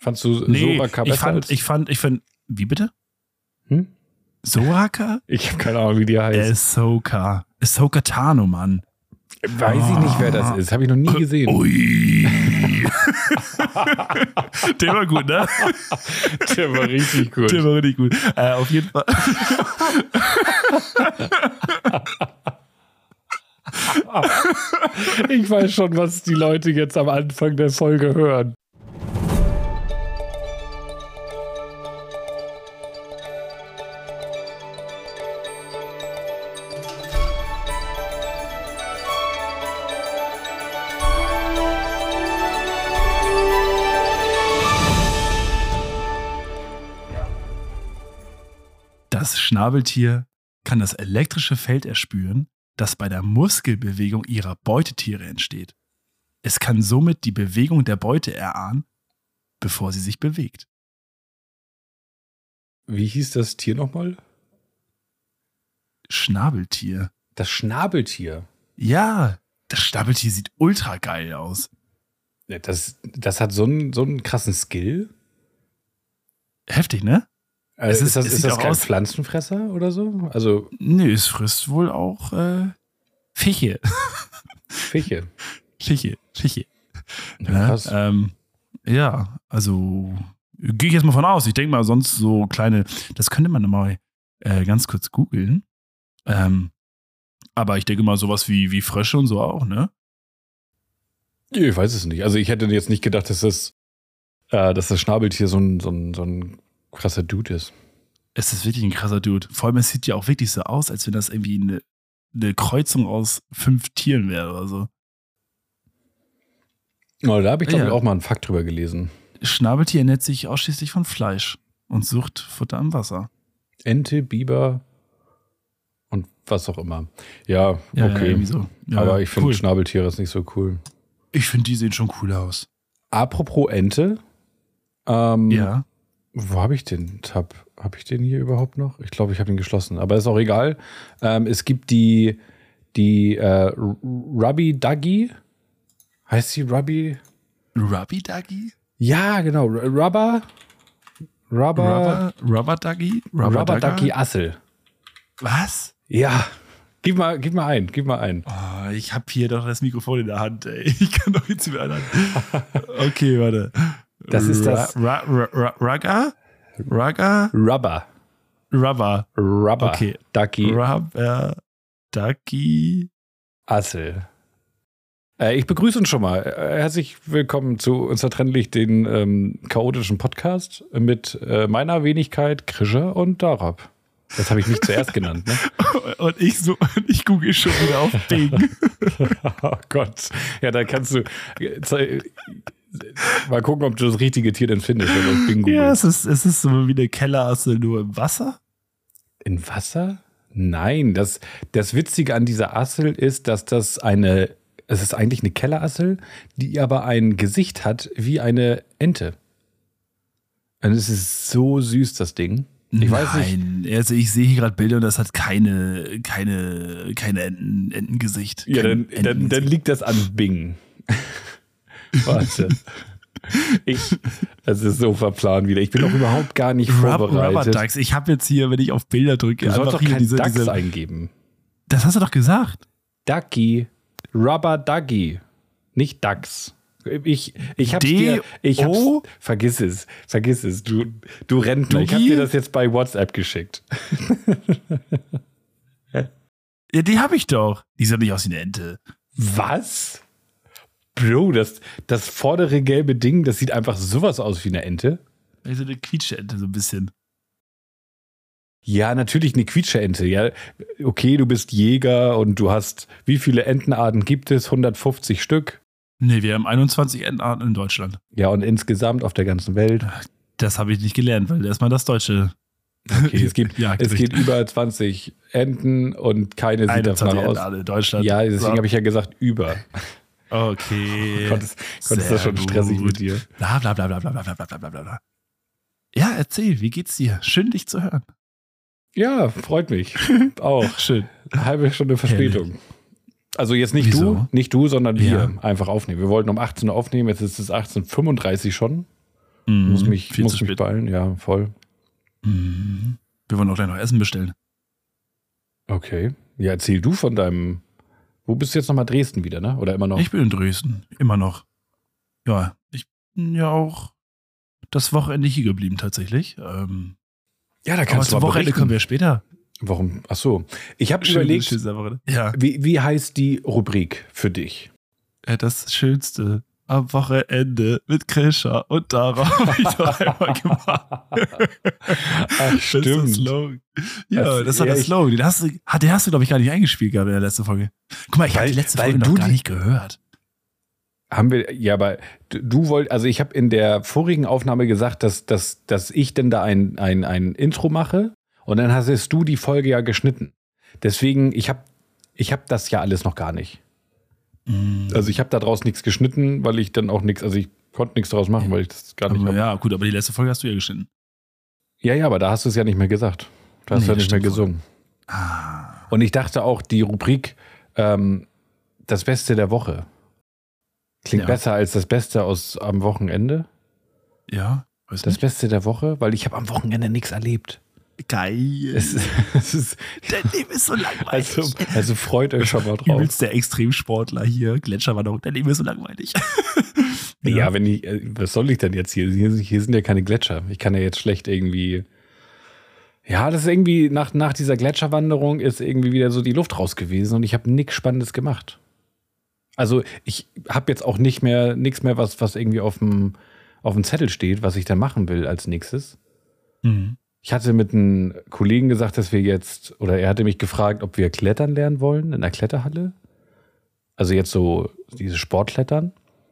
Fandst du Nee, Soraka besser? ich fand, wie bitte? Hm? Soraka? Ich habe keine Ahnung, wie die heißt. Ahsoka Tano, Mann. Weiß ich nicht, wer das ist. Habe ich noch nie gesehen. Ui. Der war gut, ne? Der war richtig gut. Der war richtig gut. Auf jeden Fall. Ich weiß schon, was die Leute jetzt am Anfang der Folge hören. Das Schnabeltier kann das elektrische Feld erspüren, das bei der Muskelbewegung ihrer Beutetiere entsteht. Es kann somit die Bewegung der Beute erahnen, bevor sie sich bewegt. Wie hieß das Tier nochmal? Schnabeltier. Das Schnabeltier. Ja, das Schnabeltier sieht ultra geil aus. Ja, das hat so einen krassen Skill. Heftig, ne? Ist das sieht auch kein aus- Pflanzenfresser oder so? Also Nö, es frisst wohl auch Fische. Fische. Fische. Ja, Ne? krass. Ja, also gehe ich jetzt mal von aus. Ich denke mal, sonst so kleine, das könnte man mal ganz kurz googeln. Aber ich denke mal, sowas wie Frösche und so auch, ne? Ich weiß es nicht. Also ich hätte jetzt nicht gedacht, dass das Schnabeltier so ein krasser Dude ist. Es ist wirklich ein krasser Dude. Vor allem, es sieht ja auch wirklich so aus, als wenn das irgendwie eine Kreuzung aus 5 Tieren wäre oder so. Oh, da habe ich, glaube ich, Ja. auch mal einen Fakt drüber gelesen. Schnabeltier ernährt sich ausschließlich von Fleisch und sucht Futter im Wasser. Ente, Biber und was auch immer. Ja, Ja, okay. irgendwie so. Ja, Aber ich finde cool. Schnabeltiere ist nicht so cool. Ich finde, die sehen schon cool aus. Apropos Ente. Ja. Wo habe ich den Tab? Habe ich den hier überhaupt noch? Ich glaube, ich habe ihn geschlossen. Aber ist auch egal. Es gibt die Rubby Duggy. Heißt sie Rubby? Rubby Duggy? Ja, genau. Rubber Duggy? Rubber Ducky Assel. Was? Ja. Gib mal ein. Oh, ich habe hier doch das Mikrofon in der Hand, ey. Ich kann doch jetzt mit einer Hand. Okay, warte. Das ist das- Rugger? Rubber Rubber. Okay. Ducky Rubber Ducky. Assel. Ich begrüße uns schon mal. Herzlich willkommen zu Unzertrennlich, den chaotischen Podcast mit meiner Wenigkeit, Krischer und Darab. Das habe ich nicht zuerst genannt, ne? Und ich google schon wieder auf Bing. Oh Gott. Ja, da kannst du mal gucken, ob du das richtige Tier denn findest, wenn du auf Bing Ja, googelst. es ist so wie eine Kellerassel, nur im Wasser. In Wasser? Nein, das Witzige an dieser Assel ist, dass es ist eigentlich eine Kellerassel, die aber ein Gesicht hat wie eine Ente. Und es ist so süß, das Ding. Ich weiß nicht. Nein, also ich sehe hier gerade Bilder und das hat keine Entengesicht. Ja, Kein dann Entengesicht. liegt das an Bing. Warte. Es ist so verplant wieder. Ich bin auch überhaupt gar nicht Rubber vorbereitet. Ducks. Ich habe jetzt hier, wenn ich auf Bilder drücke, Du sollst doch hier kein Ducks eingeben. Das hast du doch gesagt. Ducky. Rubber Ducky. Nicht Ducks. Ich hab's D-O? dir. Vergiss es. Du Rentner. Ich hab Dugi? dir das jetzt bei WhatsApp geschickt. Ja, die habe ich doch. Die sieht nicht aus wie eine Ente. Was? Bro, das vordere gelbe Ding, das sieht einfach sowas aus wie eine Ente. Also eine Quietscheente, so ein bisschen. Ja, natürlich eine Quietscherente. Ja, okay, du bist Jäger und du hast, wie viele Entenarten gibt es? 150 Stück. Nee, wir haben 21 Entenarten in Deutschland. Ja, und insgesamt auf der ganzen Welt. Das habe ich nicht gelernt, weil erstmal das Deutsche. Okay, es gibt Jagdgericht. über 20 Enten und keine sieht 21 davon aus. Entenarten in Deutschland. Ja, deswegen So. habe ich ja gesagt über. Okay. Gott, ist das Sehr schon stressig gut. mit dir. Bla bla bla bla bla bla bla bla bla bla. Ja, erzähl, wie geht's dir? Schön, dich zu hören. Ja, freut mich. Auch. Schön. Eine halbe Stunde Verspätung. Also jetzt nicht Wieso? du, sondern wir Ja. einfach aufnehmen. Wir wollten um 18 Uhr aufnehmen, jetzt ist es 18:35 schon. Muss mich viel zu spät. beeilen, ja, voll. Mhm. Wir wollen auch gleich noch Essen bestellen. Okay. Ja, erzähl du von deinem. Wo bist du jetzt nochmal? Dresden wieder, ne? Oder immer noch? Ich bin in Dresden, immer noch. Ja, ich bin ja auch das Wochenende hier geblieben tatsächlich. Ja, da Aber kannst du zum mal Wochenende berichten. können wir später. Warum? Ach so. Ich habe überlegt, Ja. wie heißt die Rubrik für dich? Das Schönste am Wochenende mit Krischer und darauf habe ich doch einmal gemacht. Ach, stimmt. Das ist der Slogan. Ja, das war der echt- Slogan. Den hast du, glaube ich, gar nicht eingespielt gehabt in der letzten Folge. Guck mal, ich habe Weil- die letzte weil Folge du noch gar die- nicht gehört. Haben wir, ja, aber du wolltest, also ich habe in der vorigen Aufnahme gesagt, dass ich denn da ein Intro mache und dann hast du die Folge ja geschnitten. Deswegen, ich hab das ja alles noch gar nicht. Also ich habe da draus nichts geschnitten, weil ich dann auch nichts, also ich konnte nichts draus machen, weil ich das gar nicht Aber habe. ja, gut, aber die letzte Folge hast du ja geschnitten. Ja, aber da hast du es ja nicht mehr gesagt. Da hast Nee, du ja das nicht mehr stimmt voll. gesungen. Ah. Und ich dachte auch, die Rubrik das Beste der Woche klingt Ja. besser als das Beste am Wochenende. Ja, weiß Das nicht. Beste der Woche, weil ich habe am Wochenende nichts erlebt. Geil. Es ist, Dein Leben ist so langweilig. also freut euch schon mal drauf. Übelst der Extremsportler hier, Gletscherwanderung, dein Leben ist so langweilig. Ja, wenn ich, was soll ich denn jetzt hier? Hier sind ja keine Gletscher. Ich kann ja jetzt schlecht irgendwie. Ja, das ist irgendwie, nach dieser Gletscherwanderung ist irgendwie wieder so die Luft raus gewesen und ich habe nichts Spannendes gemacht. Also ich habe jetzt auch nichts mehr, was irgendwie auf dem Zettel steht, was ich dann machen will als nächstes. Mhm. Ich hatte mit einem Kollegen gesagt, dass wir jetzt, oder er hatte mich gefragt, ob wir klettern lernen wollen in der Kletterhalle. Also jetzt so diese Sportklettern.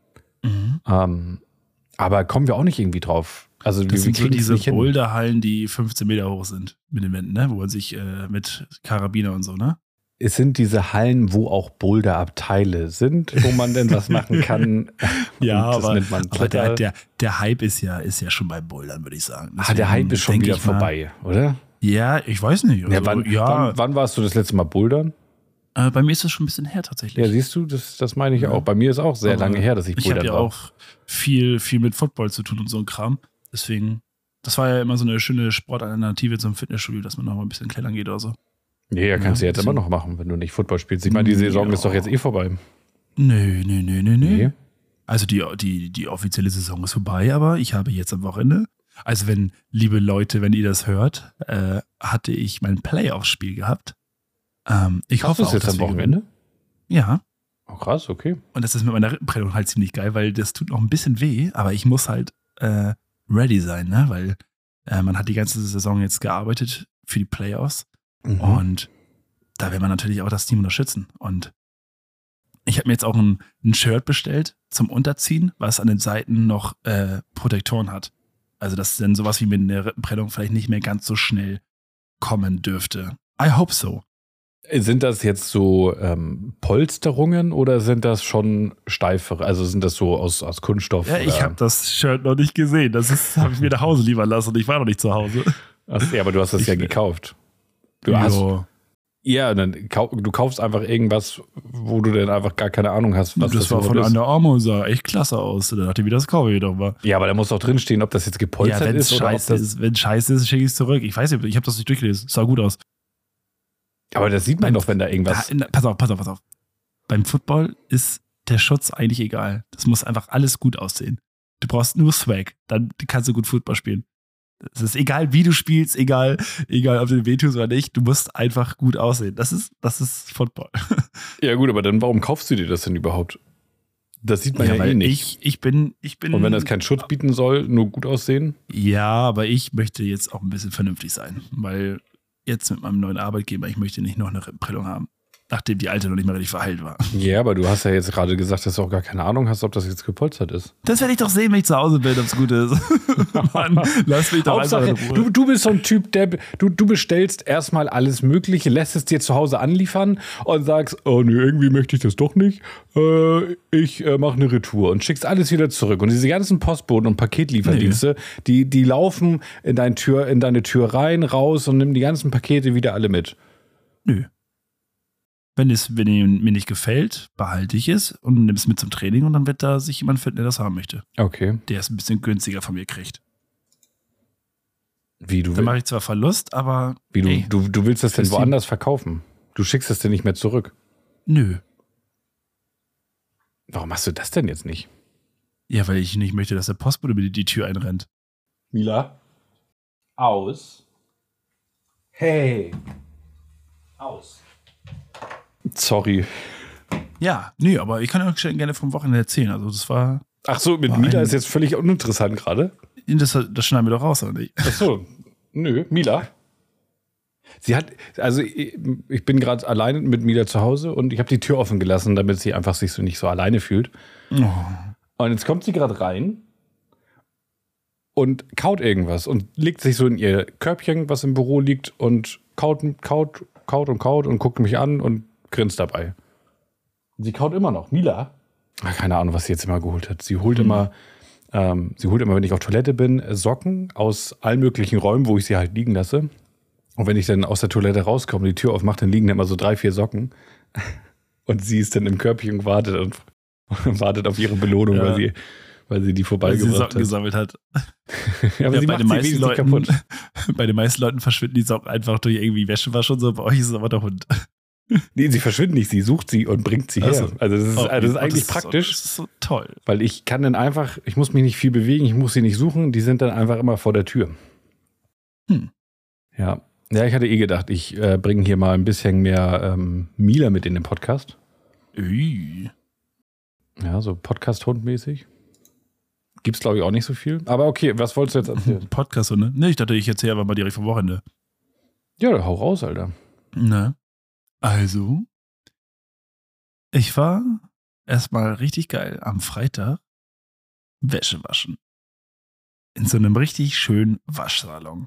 Mhm. Aber kommen wir auch nicht irgendwie drauf. Also Das sind so kriegen's diese nicht hin. Boulderhallen, die 15 Meter hoch sind mit den Wänden, ne? Wo man sich mit Karabiner und so, ne? Es sind diese Hallen, wo auch Boulderabteile sind, wo man denn was machen kann. Ja, Und das aber, nennt man aber Kletter. der Hype ist ja schon beim Bouldern, würde ich sagen. Der Hype ist schon denk wieder ich mal- vorbei, oder? Ja, ich weiß nicht. Also, Wann warst du das letzte Mal bouldern? bei mir ist das schon ein bisschen her tatsächlich. Ja, siehst du, das meine ich auch. Bei mir ist auch sehr Aber lange her, dass ich Ich habe bouldern ja war. auch viel mit Football zu tun und so ein Kram. Deswegen, das war ja immer so eine schöne Sportalternative zum Fitnessstudio, dass man noch mal ein bisschen klettern geht oder so. Ja, kannst du Ja, jetzt deswegen- immer noch machen, wenn du nicht Football spielst. Ich meine, die Saison Ja. ist doch jetzt eh vorbei. Nö. Nee. Also die offizielle Saison ist vorbei, aber ich habe jetzt am Wochenende, also liebe Leute, wenn ihr das hört, hatte ich mein Playoff-Spiel gehabt. Ich Hast hoffe du es auch, jetzt dass am wir Wochenende? gewinnen. Ja, Oh, krass, okay. und das ist mit meiner Rippenprellung halt ziemlich geil, weil das tut noch ein bisschen weh, aber ich muss halt ready sein, ne? Weil man hat die ganze Saison jetzt gearbeitet für die Playoffs Mhm. und da will man natürlich auch das Team unterstützen. Und ich habe mir jetzt auch ein Shirt bestellt zum Unterziehen, was an den Seiten noch Protektoren hat. Also dass dann sowas wie mit einer Rippenprellung vielleicht nicht mehr ganz so schnell kommen dürfte. I hope so. Sind das jetzt so Polsterungen oder sind das schon steifere? Also sind das so aus Kunststoff? Ja, ich habe das Shirt noch nicht gesehen. Das habe ich mir nach Hause liefern lassen und ich war noch nicht zu Hause. Ja, aber du hast das ja gekauft. Du kaufst einfach irgendwas, wo du dann einfach gar keine Ahnung hast, was das war überhaupt von ist. Under Armour, sah echt klasse aus. Da dachte ich, wie das kaufe ich doch mal. Ja, aber da muss doch drinstehen, ob das jetzt gepolstert wenn ist es oder ob scheiße das. ist, wenn scheiße ist, schicke ich es zurück. Ich weiß nicht, ich habe das nicht durchgelesen. Sah gut aus. Aber das sieht man doch, wenn da irgendwas. Pass auf. Beim Football ist der Schutz eigentlich egal. Das muss einfach alles gut aussehen. Du brauchst nur Swag, dann kannst du gut Football spielen. Es ist egal, wie du spielst, egal ob du den wehtust oder nicht, du musst einfach gut aussehen. Das ist Football. Ja, gut, aber dann warum kaufst du dir das denn überhaupt? Das sieht man ja, eh nicht. Ich bin. Und wenn das keinen Schutz bieten soll, nur gut aussehen? Ja, aber ich möchte jetzt auch ein bisschen vernünftig sein, weil jetzt mit meinem neuen Arbeitgeber, ich möchte nicht noch eine Rippenprellung haben, nachdem die alte noch nicht mal richtig verheilt war. Ja, aber du hast ja jetzt gerade gesagt, dass du auch gar keine Ahnung hast, ob das jetzt gepolstert ist. Das werde ich doch sehen, wenn ich zu Hause bin, ob es gut ist. Mann, lass mich doch einfach in Hauptsache, Ruhe. du bist so ein Typ, du bestellst erstmal alles Mögliche, lässt es dir zu Hause anliefern und sagst, oh nee, irgendwie möchte ich das doch nicht. Ich mache eine Retour und schickst alles wieder zurück. Und diese ganzen Postboten und Paketlieferdienste, die laufen in deine Tür rein, raus und nehmen die ganzen Pakete wieder alle mit. Nö. Wenn mir nicht gefällt, behalte ich es und nehme es mit zum Training und dann wird da sich jemand finden, der das haben möchte. Okay. Der es ein bisschen günstiger von mir kriegt. Wie, du Dann mache ich zwar Verlust, aber. Du willst das denn woanders verkaufen? Du schickst es denn nicht mehr zurück? Nö. Warum machst du das denn jetzt nicht? Ja, weil ich nicht möchte, dass der Postbote mir die Tür einrennt. Mila? Aus. Hey. Aus. Sorry. Ja, nee, aber ich kann euch gerne vom Wochenende erzählen. Also das war. Ach so, mit Mila ist jetzt völlig uninteressant gerade. Das schneiden wir doch raus, oder nicht? Ach so, nö, Mila. Sie hat, also ich bin gerade alleine mit Mila zu Hause und ich habe die Tür offen gelassen, damit sie einfach sich so nicht so alleine fühlt. Oh. Und jetzt kommt sie gerade rein und kaut irgendwas und legt sich so in ihr Körbchen, was im Büro liegt und kaut und guckt mich an und grinst dabei. Sie kaut immer noch. Mila? Ach, keine Ahnung, was sie jetzt immer geholt hat. Sie holt immer, wenn ich auf Toilette bin, Socken aus allen möglichen Räumen, wo ich sie halt liegen lasse. Und wenn ich dann aus der Toilette rauskomme, die Tür aufmache, dann liegen da immer so 3, 4 Socken. Und sie ist dann im Körbchen und wartet auf ihre Belohnung, ja. weil sie die vorbeigebracht hat. Socken gesammelt hat. Ja, aber sie macht sie wesentlich kaputt. Bei den meisten Leuten verschwinden die Socken einfach durch irgendwie Wäschewasch und so. Bei euch ist es aber der Hund. Nee, sie verschwinden nicht. Sie sucht sie und bringt sie her. Also das ist eigentlich praktisch. Das ist so toll. Weil ich kann dann einfach, ich muss mich nicht viel bewegen, ich muss sie nicht suchen. Die sind dann einfach immer vor der Tür. Ja, ich hatte gedacht, ich bringe hier mal ein bisschen mehr Mila mit in den Podcast. Ja, so Podcast-Hund-mäßig. Gibt's, glaube ich, auch nicht so viel. Aber okay, was wolltest du jetzt erzählen? Podcast-Hunde? Ne, ich dachte, ich erzähle aber mal direkt vom Wochenende. Ja, hau raus, Alter. Ne? Also, ich war erstmal richtig geil am Freitag Wäsche waschen. In so einem richtig schönen Waschsalon.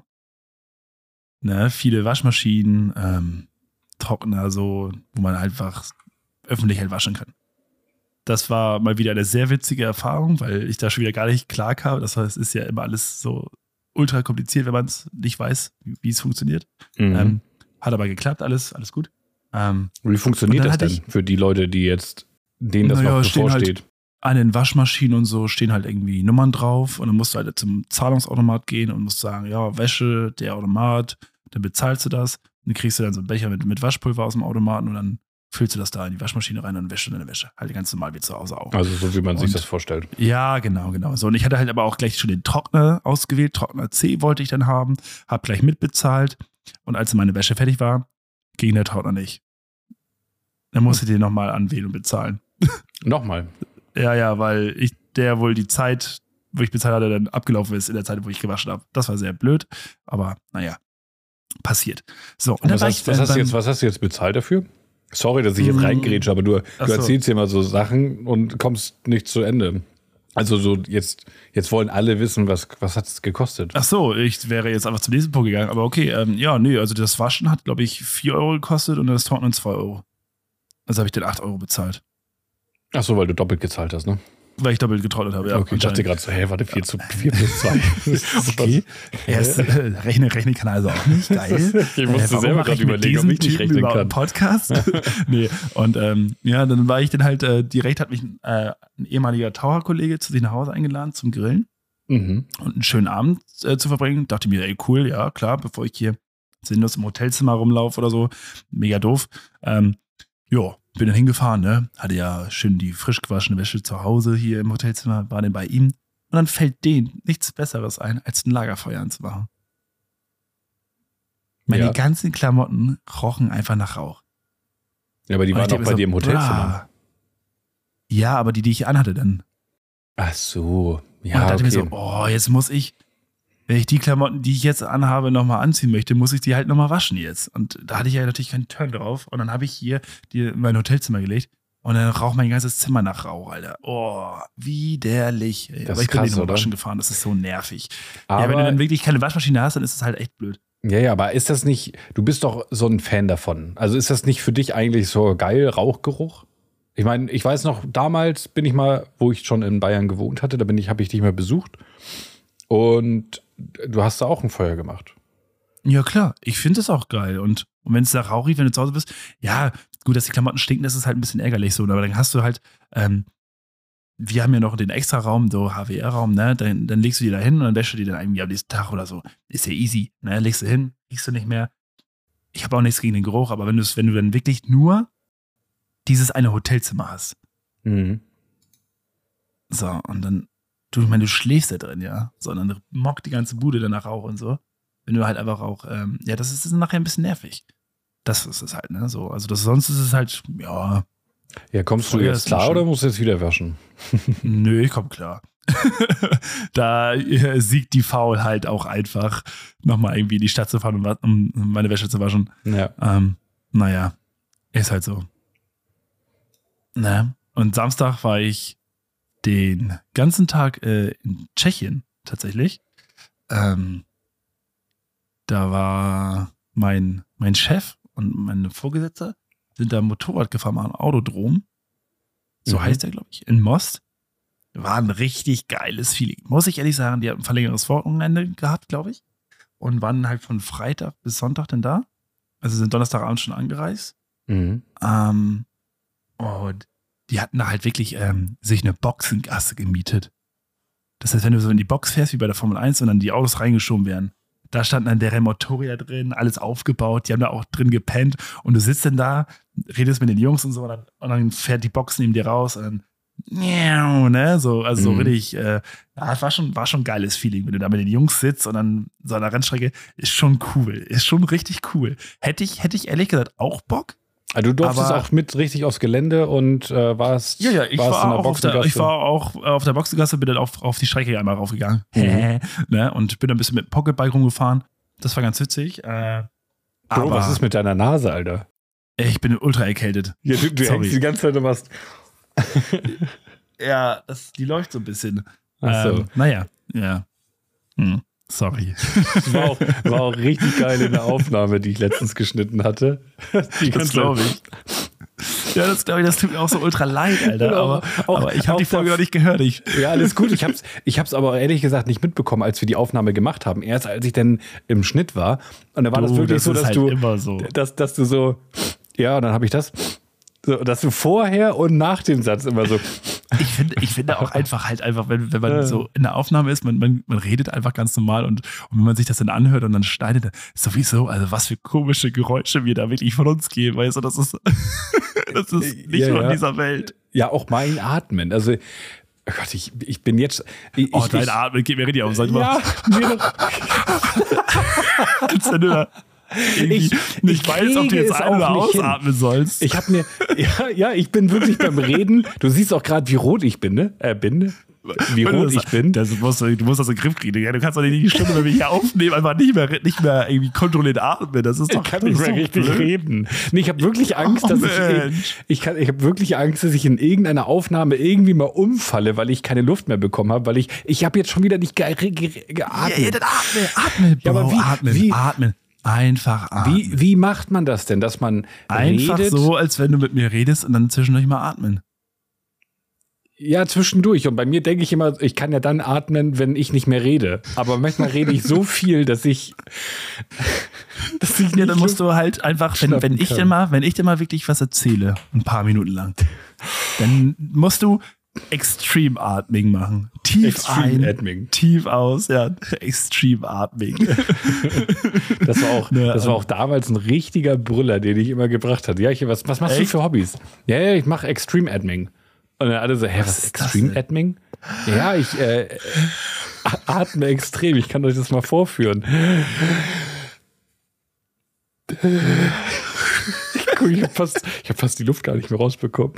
Ne, viele Waschmaschinen, Trockner, so, wo man einfach öffentlich halt waschen kann. Das war mal wieder eine sehr witzige Erfahrung, weil ich da schon wieder gar nicht klar kam. Das heißt, es ist ja immer alles so ultra kompliziert, wenn man es nicht weiß, wie es funktioniert. Mhm. Hat aber geklappt, alles gut. Wie funktioniert das denn für die Leute, denen das noch bevorsteht? Halt an den Waschmaschinen und so stehen halt irgendwie Nummern drauf und dann musst du halt zum Zahlungsautomat gehen und musst sagen, ja, Wäsche, der Automat, dann bezahlst du das, dann kriegst du dann so einen Becher mit Waschpulver aus dem Automaten und dann füllst du das da in die Waschmaschine rein und dann wäschst du deine Wäsche. Halt ganz normal wie zu Hause auch. Also so wie man sich das vorstellt. Ja, genau. So, und ich hatte halt aber auch gleich schon den Trockner ausgewählt. Trockner C wollte ich dann haben, hab gleich mitbezahlt und als meine Wäsche fertig war, ging der Trockner nicht. Dann musste ich den nochmal anwählen und bezahlen. Nochmal? Ja, weil der wohl die Zeit, wo ich bezahlt hatte, dann abgelaufen ist in der Zeit, wo ich gewaschen habe. Das war sehr blöd, aber naja, passiert. So, und was hast du jetzt bezahlt dafür? Sorry, dass ich jetzt reingerätsche, aber du erzählst hier mal so Sachen und kommst nicht zu Ende. Also so jetzt wollen alle wissen, was hat es gekostet. Ach so, ich wäre jetzt einfach zum nächsten Punkt gegangen, aber okay, also das Waschen hat, glaube ich, 4 Euro gekostet und das Trocknen 2 Euro. Also habe ich den 8 Euro bezahlt. Ach so, weil du doppelt gezahlt hast, ne? Weil ich doppelt getrocknet habe, ja. Okay, ich dachte gerade so, 4 plus 2. Okay. Erst rechnen kann also auch nicht. Geil. Ich musste selber gerade überlegen, ob ich nicht rechnen kann. Podcast? Nee. Und dann war ich dann halt, direkt hat mich ein ehemaliger Taucherkollege zu sich nach Hause eingeladen zum Grillen und einen schönen Abend zu verbringen. Dachte mir, ey, cool, ja, klar, bevor ich hier sinnlos im Hotelzimmer rumlaufe oder so. Mega doof. Bin dann hingefahren, ne? Hatte ja schön die frisch gewaschene Wäsche zu Hause hier im Hotelzimmer, war dann bei ihm. Und dann fällt denen nichts Besseres ein, als ein Lagerfeuer anzumachen. Meine ganzen Klamotten rochen einfach nach Rauch. Ja, aber die waren auch bei dir im Hotelzimmer. Ja, aber die ich anhatte dann. Ach so. Ja, und dachte mir so, jetzt muss ich, wenn ich die Klamotten, die ich jetzt anhabe, nochmal anziehen möchte, muss ich die halt nochmal waschen jetzt. Und da hatte ich ja natürlich keinen Turn drauf. Und dann habe ich hier die in mein Hotelzimmer gelegt. Und dann raucht mein ganzes Zimmer nach Rauch, Alter. Oh, widerlich. Aber ich bin nicht nochmal waschen gefahren. Das ist so nervig. Aber ja, wenn du dann wirklich keine Waschmaschine hast, dann ist es halt echt blöd. Ja, aber ist das nicht, du bist doch so ein Fan davon. Also ist das nicht für dich eigentlich so geil, Rauchgeruch? Ich meine, ich weiß noch, damals bin ich mal, wo ich schon in Bayern gewohnt hatte, habe ich dich mal besucht. Und du hast da auch ein Feuer gemacht. Ja, klar. Ich finde das auch geil. Und wenn es da rauchig, wenn du zu Hause bist, ja, gut, dass die Klamotten stinken, das ist halt ein bisschen ärgerlich so, aber dann hast du halt, wir haben ja noch den Extra-Raum, so HWR-Raum, ne? Dann legst du die da hin und dann wäschst du die dann irgendwie am nächsten Tag oder so. Ist ja easy, ne? Legst du hin, riechst du nicht mehr. Ich habe auch nichts gegen den Geruch, aber wenn du dann wirklich nur dieses eine Hotelzimmer hast. Mhm. So, und dann, ich meine, du schläfst da drin, ja. So, und dann mockt die ganze Bude danach auch und so. Wenn du halt einfach auch, das ist nachher ein bisschen nervig. Das ist es halt, ne? So, also sonst ist es halt, ja. Ja, kommst du jetzt klar oder musst du jetzt wieder waschen? Nö, ich komm klar. Da siegt die Faulheit auch einfach, nochmal irgendwie in die Stadt zu fahren, um meine Wäsche zu waschen. Ja. Naja, ist halt so. Ne? Und Samstag war ich den ganzen Tag in Tschechien tatsächlich. Da war mein Chef und meine Vorgesetzte sind da Motorrad gefahren am Autodrom. So heißt der, glaube ich, in Most. War ein richtig geiles Feeling. Muss ich ehrlich sagen, die hatten ein verlängertes Wochenende gehabt, glaube ich. Und waren halt von Freitag bis Sonntag dann da. Also sind Donnerstagabend schon angereist. Mhm. Und die hatten da halt wirklich sich eine Boxengasse gemietet. Das heißt, wenn du so in die Box fährst, wie bei der Formel 1, und dann die Autos reingeschoben werden, da standen dann deren Motorräder drin, alles aufgebaut, die haben da auch drin gepennt und du sitzt dann da, redest mit den Jungs und so und dann fährt die Box neben dir raus und dann ne, so, also so richtig, war schon ein geiles Feeling, wenn du da mit den Jungs sitzt und dann so an der Rennstrecke, ist schon cool, ist schon richtig cool. Hätte ich ehrlich gesagt auch Bock. Also du durftest auch mit richtig aufs Gelände und warst ich war auch auf der Boxengasse, bin dann auf die Strecke einmal raufgegangen. Ne, und bin dann ein bisschen mit dem Pocketbike rumgefahren. Das war ganz witzig. Bro, was ist mit deiner Nase, Alter? Ich bin ultra erkältet. Ja, du hängst die ganze Zeit und machst. Ja, die läuft so ein bisschen. Ach so. Naja, ja. Sorry. Das war auch richtig geil in der Aufnahme, die ich letztens geschnitten hatte. Das glaube ich. Ja, das glaube ich, das tut mir auch so ultra leid, Alter. Genau. Aber ich habe die Folge noch nicht gehört. Ja, alles gut. Ich hab's aber ehrlich gesagt nicht mitbekommen, als wir die Aufnahme gemacht haben. Erst als ich dann im Schnitt war. Und dann war das wirklich so, dass halt du immer so. Dass du so, ja, und dann habe ich das. So, dass du vorher und nach dem Satz immer so. Ich finde auch einfach, wenn man so in der Aufnahme ist, man redet einfach ganz normal und wenn man sich das dann anhört und dann schneidet, sowieso, also was für komische Geräusche wir da wirklich von uns geben, weißt du, das ist nicht von dieser Welt. Ja, auch mein Atmen, also oh Gott, ich bin jetzt. Dein Atmen geht mir richtig auf, sag mal. Ja, mir doch. Als wenn du da ich weiß, ob du jetzt ein- oder ausatmen sollst. Ich habe mir, ich bin wirklich beim Reden. Du siehst auch gerade, wie rot ich bin, ne? Wie rot ich bin. Du musst das in den Griff kriegen. Ja, du kannst doch nicht die Stunde, wenn wir hier aufnehmen, einfach nicht mehr irgendwie kontrolliert atmen. Das ist doch. Ich kann nicht mehr richtig reden. Nee, ich habe wirklich Angst, dass ich habe wirklich Angst, dass ich in irgendeiner Aufnahme irgendwie mal umfalle, weil ich keine Luft mehr bekommen habe, weil ich habe jetzt schon wieder nicht geatmet. Ja, dann atme, Bro, ja, aber atmen. Einfach atmen. Wie macht man das denn, dass man einfach redet? So, als wenn du mit mir redest und dann zwischendurch mal atmen. Ja, zwischendurch. Und bei mir denke ich immer, ich kann ja dann atmen, wenn ich nicht mehr rede. Aber manchmal rede ich so viel, dass ich ja, dann musst du halt einfach, wenn ich dir mal wirklich was erzähle, ein paar Minuten lang, dann musst du Extreme Atming machen. Tief Extreme ein, Atming. Tief aus, ja. Extreme Atming. Das war auch damals ein richtiger Brüller, den ich immer gebracht hatte. Ja, was machst du für Hobbys? Ja, ich mache Extreme Atming. Und dann alle so, was ist Extreme Atming? Ja, ich atme extrem. Ich kann euch das mal vorführen. Ich hab fast die Luft gar nicht mehr rausbekommen.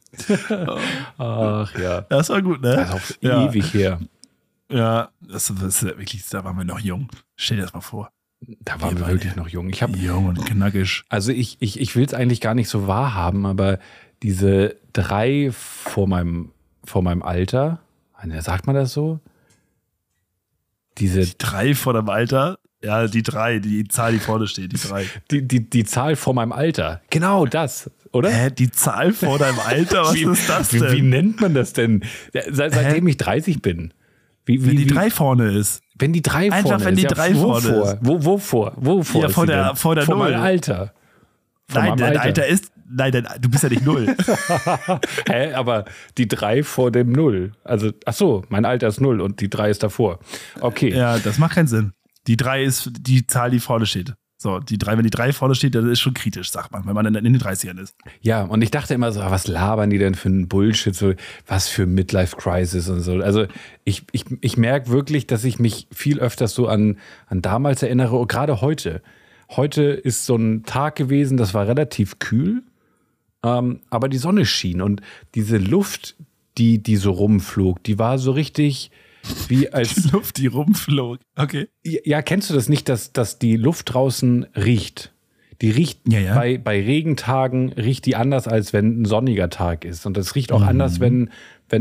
Ach ja. Das war gut, ne? Das ist auch ewig her. Ja, das ist wirklich, da waren wir noch jung. Stell dir das mal vor. Da waren wir wirklich noch jung. Jung und knackig. Also ich will es eigentlich gar nicht so wahrhaben, aber diese 3 vor meinem Alter, sagt man das so? Die 3 vor deinem Alter? Ja, die 3, die Zahl, die vorne steht, die 3. Die Zahl vor meinem Alter. Genau das, oder? Die Zahl vor deinem Alter? Was ist das denn? Wie nennt man das denn? Seitdem ich 30 bin. Wenn die 3 vorne ist. Wenn die 3 vorne ist. Einfach, wenn die 3 vorne ist. Wovor? Ja, vor der 0. Vor meinem Alter. Nein, dein Alter ist nein, du bist ja nicht 0. Hä, aber die 3 vor dem 0. Also, ach so, mein Alter ist 0 und die 3 ist davor. Okay. Ja, das macht keinen Sinn. Die 3 ist die Zahl, die vorne steht. So, wenn die 3 vorne steht, das ist schon kritisch, sagt man, wenn man in den 30ern ist. Ja, und ich dachte immer so, was labern die denn für einen Bullshit, so was für Midlife-Crisis und so. Also ich merke wirklich, dass ich mich viel öfters so an damals erinnere, gerade heute. Heute ist so ein Tag gewesen, das war relativ kühl, aber die Sonne schien und diese Luft, die so rumflog, die war so richtig wie als... Die Luft, die rumflog, okay. Ja, kennst du das nicht, dass die Luft draußen riecht? Die riecht ja. Bei Regentagen riecht die anders, als wenn ein sonniger Tag ist. Und das riecht auch anders, wenn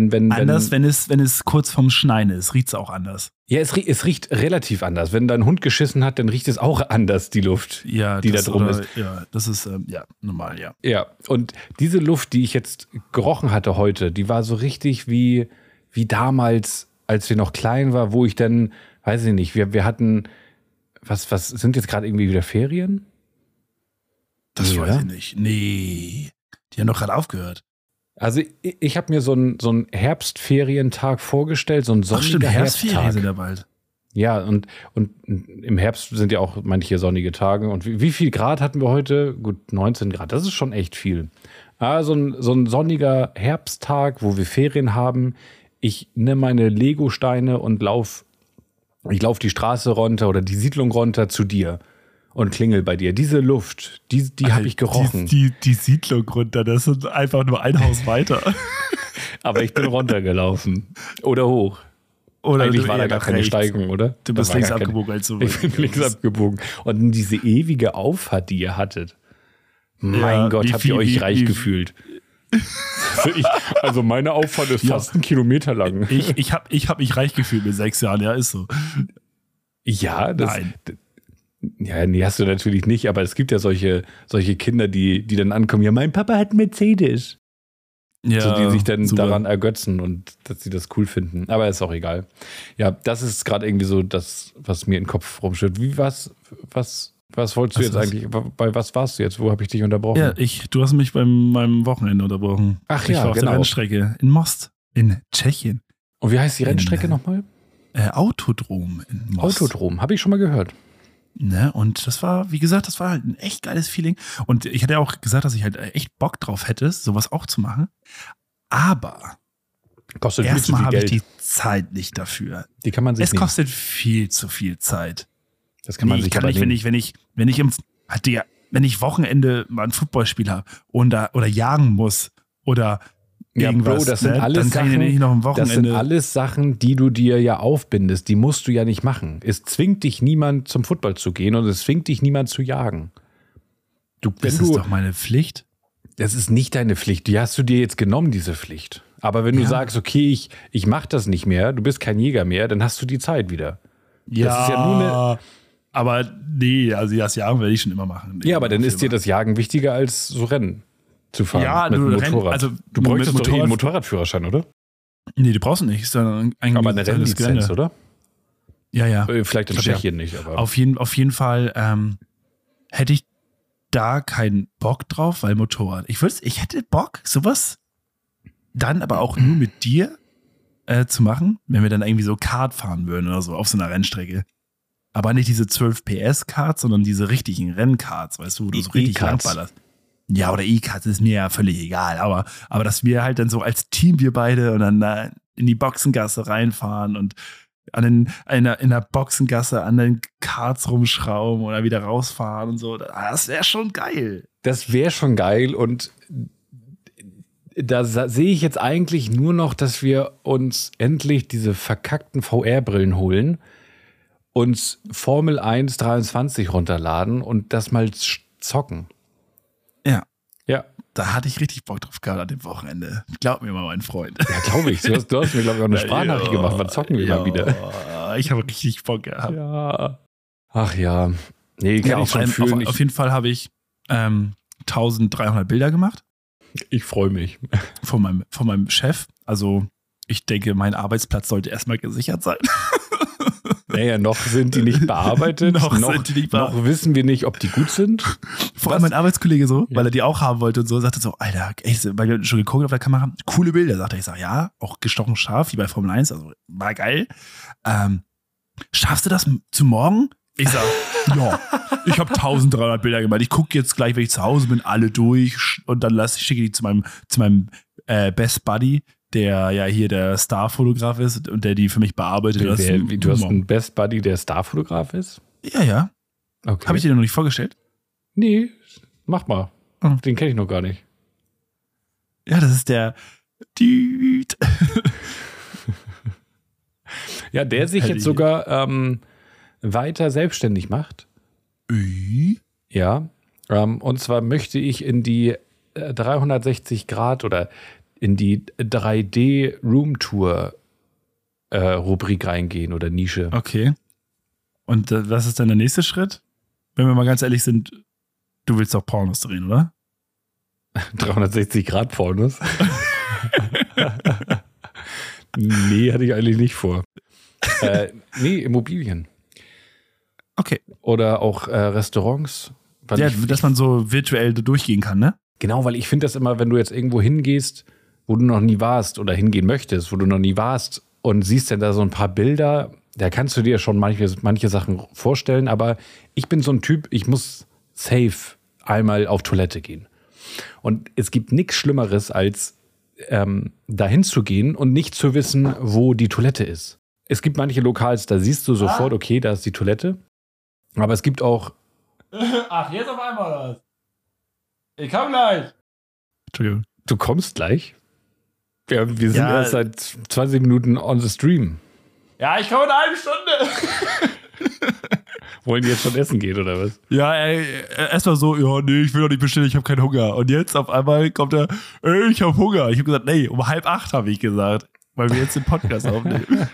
es kurz vorm Schneien ist, riecht es auch anders. Ja, es riecht relativ anders. Wenn dein Hund geschissen hat, dann riecht es auch anders, die Luft, die da drum ist. Ja, das ist normal, ja. Ja, und diese Luft, die ich jetzt gerochen hatte heute, die war so richtig wie damals, als wir noch klein waren, wo ich dann, weiß ich nicht, wir hatten, was sind jetzt gerade irgendwie wieder Ferien? Das weiß ich nicht. Nee, die haben doch gerade aufgehört. Also ich habe mir so einen Herbstferientag vorgestellt, so ein sonniger Herbstferien sind ja bald. Ja, und im Herbst sind ja auch manche sonnige Tage. Und wie viel Grad hatten wir heute? Gut, 19 Grad. Das ist schon echt viel. Also so ein sonniger Herbsttag, wo wir Ferien haben. Ich nehme meine Lego-Steine und lauf die Straße runter oder die Siedlung runter zu dir und klingel bei dir. Diese Luft, die habe ich gerochen. Die Siedlung runter, das ist einfach nur ein Haus weiter. Aber ich bin runtergelaufen. Oder hoch. Oder eigentlich war da gar keine Steigung, oder? Du bist links abgebogen, als du Ich bin links abgebogen. Und diese ewige Auffahrt, die ihr hattet. Mein Gott, habt ihr euch reich gefühlt. Also meine Auffahrt ist fast 1 Kilometer lang. Ich hab mich reich gefühlt mit 6 Jahren, ja, ist so. Ja, Nein. Ja, nee, hast du natürlich nicht, aber es gibt ja solche Kinder, die dann ankommen, ja, mein Papa hat einen Mercedes. Ja, so, die sich dann daran ergötzen und dass sie das cool finden. Aber ist auch egal. Ja, das ist gerade irgendwie so das, was mir in den Kopf rumschwirrt. Was wolltest du jetzt eigentlich? Bei was warst du jetzt? Wo habe ich dich unterbrochen? Ja, du hast mich bei meinem Wochenende unterbrochen. Ach ich ja, war auf der Rennstrecke in Most, in Tschechien. Und wie heißt die Rennstrecke nochmal? Autodrom in Most. Autodrom, habe ich schon mal gehört. Ne, und das war, wie gesagt, das war halt ein echt geiles Feeling. Und ich hatte ja auch gesagt, dass ich halt echt Bock drauf hätte, sowas auch zu machen. Aber erstmal habe ich die Zeit nicht dafür. Die kann man sich nehmen. Kostet viel zu viel Zeit. Das kann man sich aber nicht, wenn ich Wochenende mal ein Footballspiel habe oder jagen muss oder irgendwas, Bro, das sind alles Sachen, die du dir ja aufbindest. Die musst du ja nicht machen. Es zwingt dich niemand zum Football zu gehen und es zwingt dich niemand zu jagen. Das ist doch meine Pflicht. Das ist nicht deine Pflicht. Die hast du dir jetzt genommen, diese Pflicht. Aber wenn du sagst, okay, ich mache das nicht mehr, du bist kein Jäger mehr, dann hast du die Zeit wieder. Ja, das ist ja nur aber nee, also das Jagen werde ich schon immer machen. Ja, aber dann ist dir das Jagen wichtiger als so Rennen zu fahren. Ja, mit dem Motorrad. Also du bräuchtest doch einen Motorradführerschein, oder? Nee, du brauchst nicht. Ist dann aber eine Rennlizenz, oder? Ja. Vielleicht in Tschechien nicht, aber. Auf jeden Fall hätte ich da keinen Bock drauf, weil Motorrad. Ich hätte Bock, sowas dann aber auch nur mit dir zu machen, wenn wir dann irgendwie so Kart fahren würden oder so auf so einer Rennstrecke. Aber nicht diese 12 PS Karts, sondern diese richtigen Rennkarts, weißt du, wo du so richtig langballerst. Ja, oder E-Karts ist mir ja völlig egal, aber dass wir halt dann so als Team, wir beide, und dann da in die Boxengasse reinfahren und in der Boxengasse an den Karts rumschrauben oder wieder rausfahren und so, das wäre schon geil. Das wäre schon geil und da sehe ich jetzt eigentlich nur noch, dass wir uns endlich diese verkackten VR-Brillen holen, uns Formel 1 23 runterladen und das mal zocken. Ja. Da hatte ich richtig Bock drauf gehabt an dem Wochenende. Glaub mir mal, mein Freund. Ja, glaube ich. Du hast mir, glaube ich, auch eine Sprachnachricht gemacht. Wann zocken wir mal wieder? Ich habe richtig Bock gehabt. Ja. Ach ja. Nee, kann ich schon fühlen. Auf jeden Fall habe ich 1300 Bilder gemacht. Ich freue mich. Von meinem Chef. Also ich denke, mein Arbeitsplatz sollte erstmal gesichert sein. Naja, noch sind die nicht bearbeitet. Noch sind die nicht noch wissen wir nicht, ob die gut sind. Vor allem mein Arbeitskollege so, weil er die auch haben wollte und so, sagte so, Alter, ey, weil wir schon geguckt auf der Kamera, coole Bilder, sagt er. Ich sag, ja, auch gestochen scharf, wie bei Formel 1, also war geil. Schaffst du das zu morgen? Ich sag, ja, ich habe 1300 Bilder gemacht. Ich gucke jetzt gleich, wenn ich zu Hause bin, alle durch und dann schicke die zu meinem Best Buddy, der ja hier der Starfotograf ist und der die für mich bearbeitet. Du hast einen Best Buddy, der Starfotograf ist? Ja. Okay. Habe ich dir noch nicht vorgestellt? Nee, mach mal. Den kenne ich noch gar nicht. Ja, das ist der Dude. Ja, der sich jetzt sogar weiter selbstständig macht. Ja. Und zwar möchte ich in die 360 Grad oder in die 3D Room Tour Rubrik reingehen oder Nische. Okay. Und was ist dann der nächste Schritt? Wenn wir mal ganz ehrlich sind, du willst doch Pornos drehen, oder? 360 Grad Pornos? Nee, hatte ich eigentlich nicht vor. Nee, Immobilien. Okay. Oder auch Restaurants. Ja, dass man so virtuell durchgehen kann, ne? Genau, weil ich finde das immer, wenn du jetzt irgendwo hingehst, wo du noch nie warst oder hingehen möchtest, wo du noch nie warst und siehst dann da so ein paar Bilder, da kannst du dir schon manche Sachen vorstellen, aber ich bin so ein Typ, ich muss safe einmal auf Toilette gehen. Und es gibt nichts Schlimmeres, als dahin zu gehen und nicht zu wissen, wo die Toilette ist. Es gibt manche Lokals, da siehst du sofort, okay, da ist die Toilette. Aber es gibt auch... Ach, jetzt auf einmal was. Ich komm gleich. Entschuldigung. Du kommst gleich? Ja, wir sind erst seit 20 Minuten on the stream. Ja, ich komme in einer halben Stunde. Wollen die jetzt schon essen gehen, oder was? Ja, erstmal so, ja, nee, ich will doch nicht bestellen, ich habe keinen Hunger. Und jetzt auf einmal kommt er, ich habe Hunger. Ich habe gesagt, nee, um 7:30 habe ich gesagt, weil wir jetzt den Podcast aufnehmen.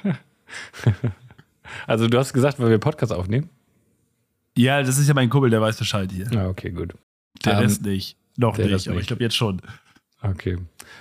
Also du hast gesagt, weil wir Podcast aufnehmen? Ja, das ist ja mein Kumpel, der weiß Bescheid hier. Ah, okay, gut. Der Rest nicht. Noch nicht, aber ich glaube jetzt schon. Okay.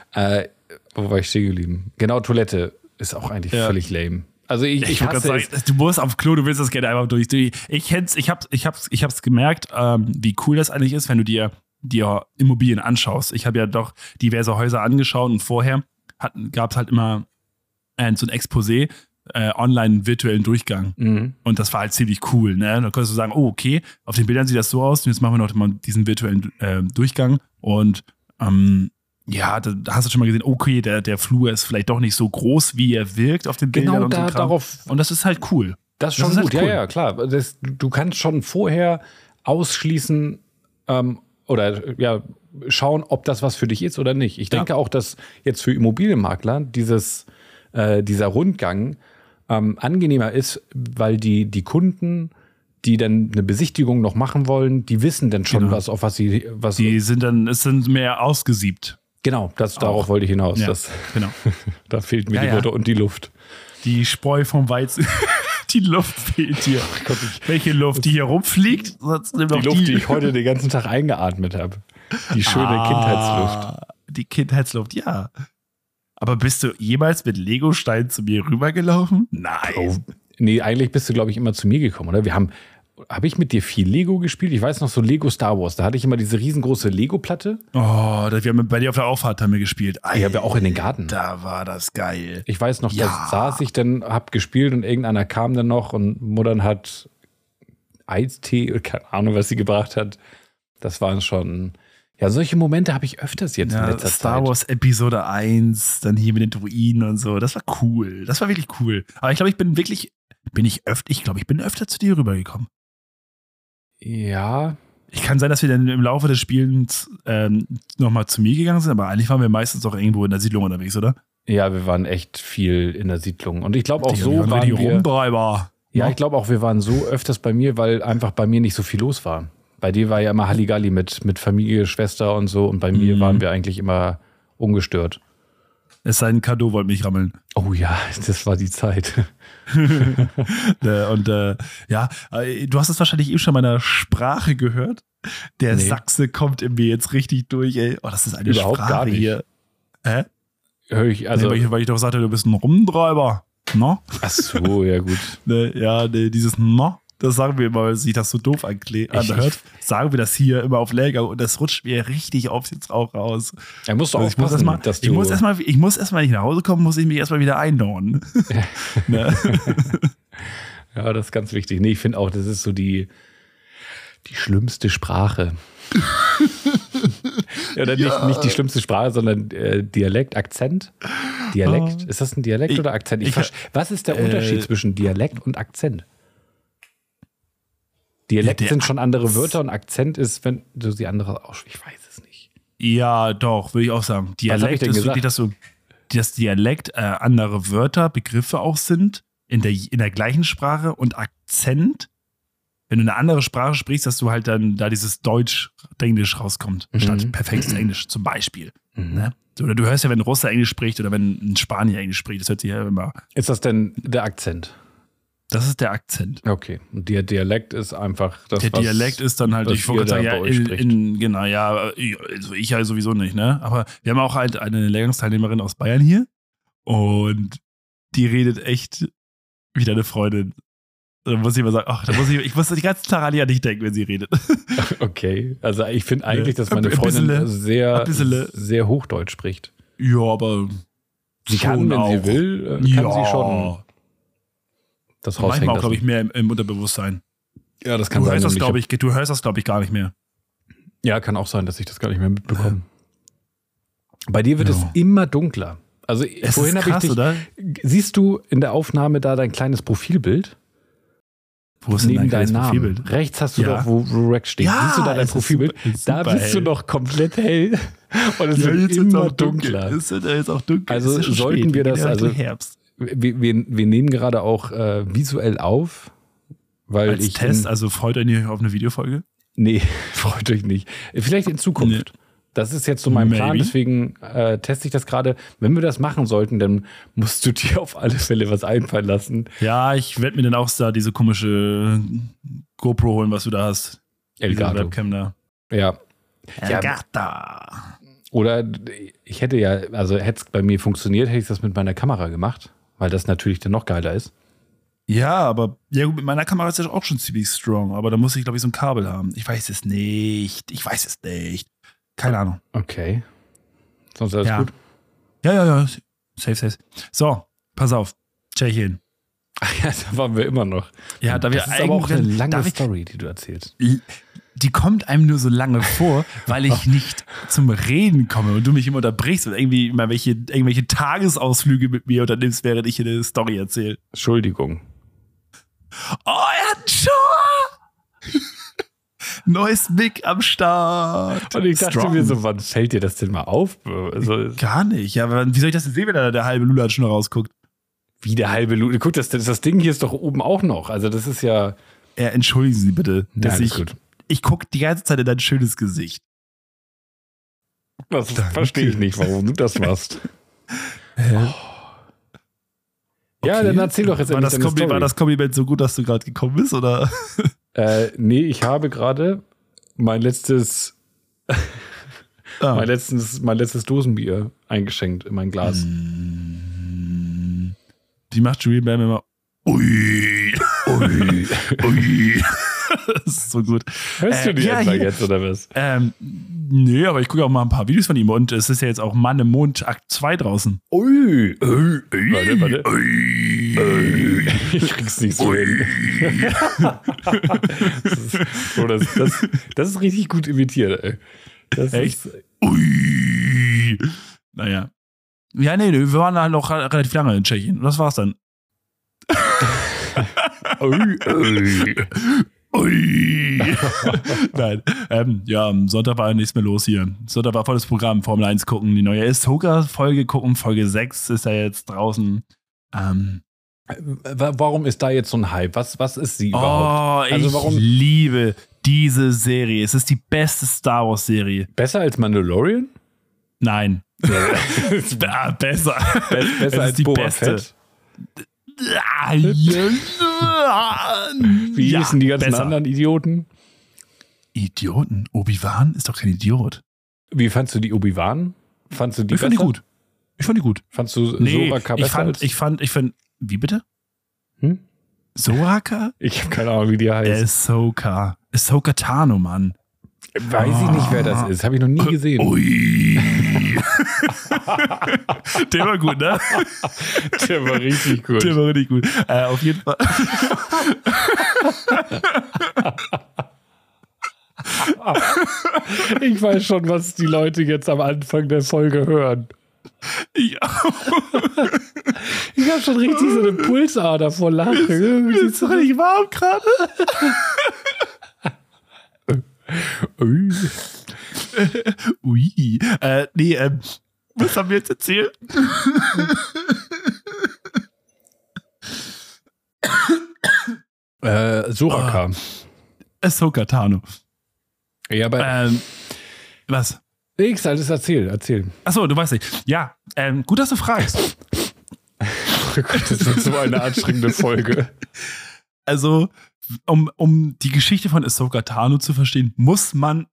Wo war ich stehen geblieben? Genau, Toilette ist auch eigentlich völlig lame. Also ich hasse es. Du musst auf Klo, du willst das gerne einfach durch. Ich hab's gemerkt, wie cool das eigentlich ist, wenn du dir Immobilien anschaust. Ich habe ja doch diverse Häuser angeschaut und vorher gab es halt immer so ein Exposé, online virtuellen Durchgang. Mhm. Und das war halt ziemlich cool. Ne? Da konntest du sagen, oh, okay, auf den Bildern sieht das so aus und jetzt machen wir noch mal diesen virtuellen Durchgang. Und ja, da hast du schon mal gesehen, okay, der Flur ist vielleicht doch nicht so groß, wie er wirkt auf den Bildern. Genau, und so darauf. Und das ist halt cool. Das ist schon gut, halt cool. Ja, klar. Du kannst schon vorher ausschließen oder ja, schauen, ob das was für dich ist oder nicht. Ich denke auch, dass jetzt für Immobilienmakler dieser Rundgang angenehmer ist, weil die Kunden, die dann eine Besichtigung noch machen wollen, die wissen dann schon, was sie. Es sind mehr ausgesiebt. Genau, darauf wollte ich hinaus. Ja, genau. Da fehlt mir die Worte und die Luft. Die Spreu vom Weizen. Die Luft fehlt hier. Oh Gott, welche Luft, die hier rumfliegt? Die Luft, die ich heute den ganzen Tag eingeatmet habe. Die schöne Kindheitsluft. Die Kindheitsluft, ja. Aber bist du jemals mit Legosteinen zu mir rübergelaufen? Nein. Oh, nee, eigentlich bist du, glaube ich, immer zu mir gekommen, oder? Habe ich mit dir viel Lego gespielt? Ich weiß noch, so Lego Star Wars. Da hatte ich immer diese riesengroße Lego-Platte. Oh, wir haben bei dir auf der Auffahrt haben wir gespielt. Ja, wir auch in den Garten. Da war das geil. Ich weiß noch, da saß ich dann, hab gespielt und irgendeiner kam dann noch und Muttern hat Eistee, keine Ahnung, was sie gebracht hat. Das waren schon... Ja, solche Momente habe ich öfters jetzt in letzter Zeit. Star Wars Episode 1, dann hier mit den Druiden und so. Das war cool. Das war wirklich cool. Aber ich glaube, ich bin öfter zu dir rübergekommen. Ja. Ich kann sein, dass wir dann im Laufe des Spielens nochmal zu mir gegangen sind, aber eigentlich waren wir meistens auch irgendwo in der Siedlung unterwegs, oder? Ja, wir waren echt viel in der Siedlung. Und ich glaube auch so waren wir... Rumtreiber. Ja, ich glaube auch, wir waren so öfters bei mir, weil einfach bei mir nicht so viel los war. Bei dir war ja immer Halligalli mit Familie, Schwester und so. Und bei mir waren wir eigentlich immer ungestört. Es sei ein Cadeau, wollte mich rammeln. Oh ja, das war die Zeit. Ja, du hast es wahrscheinlich eben schon meiner Sprache gehört. Der Sachse kommt in mir jetzt richtig durch, ey. Oh, das ist eine Überhaupt Sprache gar nicht. hier. Hä? Hör ich, also weil ich doch sagte, du bist ein Rumtreiber. No? Ach so, ja gut. Nee, dieses No, das sagen wir immer, weil sich das so doof anhört. Sagen wir das hier immer auf Lehrgang und das rutscht mir richtig auf jetzt auch raus. Ja, musst du Also aufpassen, ich muss erstmal nicht nach Hause kommen, muss ich mich erstmal wieder einlauen. Ne? Ja, das ist ganz wichtig. Nee, ich finde auch, das ist so die schlimmste Sprache. Oder nicht die schlimmste Sprache, sondern Dialekt, Akzent. Dialekt, ist das ein Dialekt oder Akzent? Was ist der Unterschied zwischen Dialekt und Akzent? Dialekt sind schon andere Wörter und Akzent ist, wenn du sie andere aussprichst. Ich weiß es nicht. Ja, doch, würde ich auch sagen. Dialekt ist wirklich, dass Dialekt andere Wörter, Begriffe auch sind in der gleichen Sprache und Akzent, wenn du eine andere Sprache sprichst, dass du halt dann da dieses Deutsch-Englisch rauskommt, statt perfektes Englisch zum Beispiel. Ne? Oder du hörst ja, wenn ein Russe Englisch spricht oder wenn ein Spanier Englisch spricht, das hört sich ja immer. Ist das denn der Akzent? Das ist der Akzent. Okay. Und der Dialekt ist einfach das, der Dialekt ist dann halt, ich wollte sagen, also ich ja sowieso nicht, ne? Aber wir haben auch halt eine Lehrgangsteilnehmerin aus Bayern hier und die redet echt wie deine Freundin. Da muss ich mal sagen, ich muss die ganze Tag an dich denken, wenn sie redet. Okay. Also ich finde eigentlich, dass meine Freundin sehr Hochdeutsch spricht. Ja, aber sie kann, wenn sie will, kann sie schon das raushängen manchmal auch, glaube ich, mehr im Unterbewusstsein. Ja, das kann sein. Du hörst das, glaube ich, gar nicht mehr. Ja, kann auch sein, dass ich das gar nicht mehr mitbekomme. Bei dir wird es immer dunkler. Also vorhin habe ich dich, oder? Siehst du in der Aufnahme da dein kleines Profilbild? Wo ist neben dein Profilbild? Namen. Rechts hast du doch, wo Rex steht. Ja, siehst du da dein Profilbild? Da bist du noch komplett hell. Und es wird immer dunkler. Es wird jetzt auch dunkel. Also sollten wir das, also Herbst. Wir nehmen gerade auch visuell auf. Weil als Test, also freut euch nicht auf eine Videofolge? Nee, freut euch nicht. Vielleicht in Zukunft. Nee. Das ist jetzt so mein Plan, deswegen teste ich das gerade. Wenn wir das machen sollten, dann musst du dir auf alle Fälle was einfallen lassen. Ja, ich werde mir dann auch da diese komische GoPro holen, was du da hast. Elgato. Webcam da. Ja. Elgato. Oder ich hätte hätte es bei mir funktioniert, hätte ich das mit meiner Kamera gemacht, weil das natürlich dann noch geiler ist. Ja, aber gut, mit meiner Kamera ist das auch schon ziemlich strong, aber da muss ich, glaube ich, so ein Kabel haben. Ich weiß es nicht. Keine Ahnung. Okay. Sonst alles gut? Ja. Safe. So, pass auf. Tschechien. Ach ja, da waren wir immer noch. Ja, da das ist aber auch eine lange Story, die du erzählst. Die kommt einem nur so lange vor, weil ich nicht zum Reden komme und du mich immer unterbrichst und irgendwie immer irgendwelche Tagesausflüge mit mir unternimmst, während ich eine Story erzähle. Entschuldigung. Oh, er hat schon! Neues Mic am Start. Und ich dachte mir so, wann fällt dir das denn mal auf? Also, gar nicht. Ja, wie soll ich das denn sehen, wenn da der halbe Lula schon rausguckt? Wie der halbe Lula? Guck, das Ding hier ist doch oben auch noch. Also das ist ja... entschuldigen Sie bitte, dass gut. Ich gucke die ganze Zeit in dein schönes Gesicht. Das verstehe ich nicht, warum du das machst. Okay. Ja, dann erzähl doch jetzt War das Kompliment so gut, dass du gerade gekommen bist, oder? Nee, ich habe gerade mein letztes Dosenbier eingeschenkt in mein Glas. Die macht Julian Bam immer ui. Das ist so gut. Hörst du die jetzt, oder was? Nee, aber ich gucke auch mal ein paar Videos von ihm und es ist ja jetzt auch Mann im Mond Akt 2 draußen. Warte. Ich krieg's nicht so hin. Das ist richtig gut imitiert, ey. Echt? Ui. Naja. Ja, nee, wir waren halt noch relativ lange in Tschechien und das war's dann. Ui. Nein. Am Sonntag war nichts mehr los hier. Sonntag war volles Programm. Formel 1 gucken, die neue Ahsoka-Folge gucken. Folge 6 ist ja jetzt draußen. Warum ist da jetzt so ein Hype? Was ist sie überhaupt? Ich liebe diese Serie. Es ist die beste Star Wars-Serie. Besser als Mandalorian? Nein. Besser. Besser als die Boba Fett? Wie hießen die ganzen anderen Idioten? Idioten? Obi-Wan ist doch kein Idiot. Wie fandst du die Obi-Wan? Fandst du die besser? Fand die gut. Ich fand die gut. Fandst du Nee, Soraka besser ich fand, wie bitte? Hm? Soraka? Ich habe keine Ahnung, wie die heißt. Ahsoka Tano, Mann. Weiß ich nicht, wer das ist. Habe ich noch nie gesehen. Ui. Der war gut, ne? Der war richtig gut. Der war richtig gut. Auf jeden Fall. Ich weiß schon, was die Leute jetzt am Anfang der Folge hören. Ja. Ich habe schon richtig so eine Pulsader vor Lachen. Mir ist doch richtig warm gerade. Ui. Was haben wir jetzt erzählt? Soraka. Ahsoka Tano. Ja, aber was? nichts, alles erzähl. Achso, du weißt nicht. Ja, gut, dass du fragst. Oh Gott, das wird so eine anstrengende Folge. Also, um die Geschichte von Ahsoka Tano zu verstehen, muss man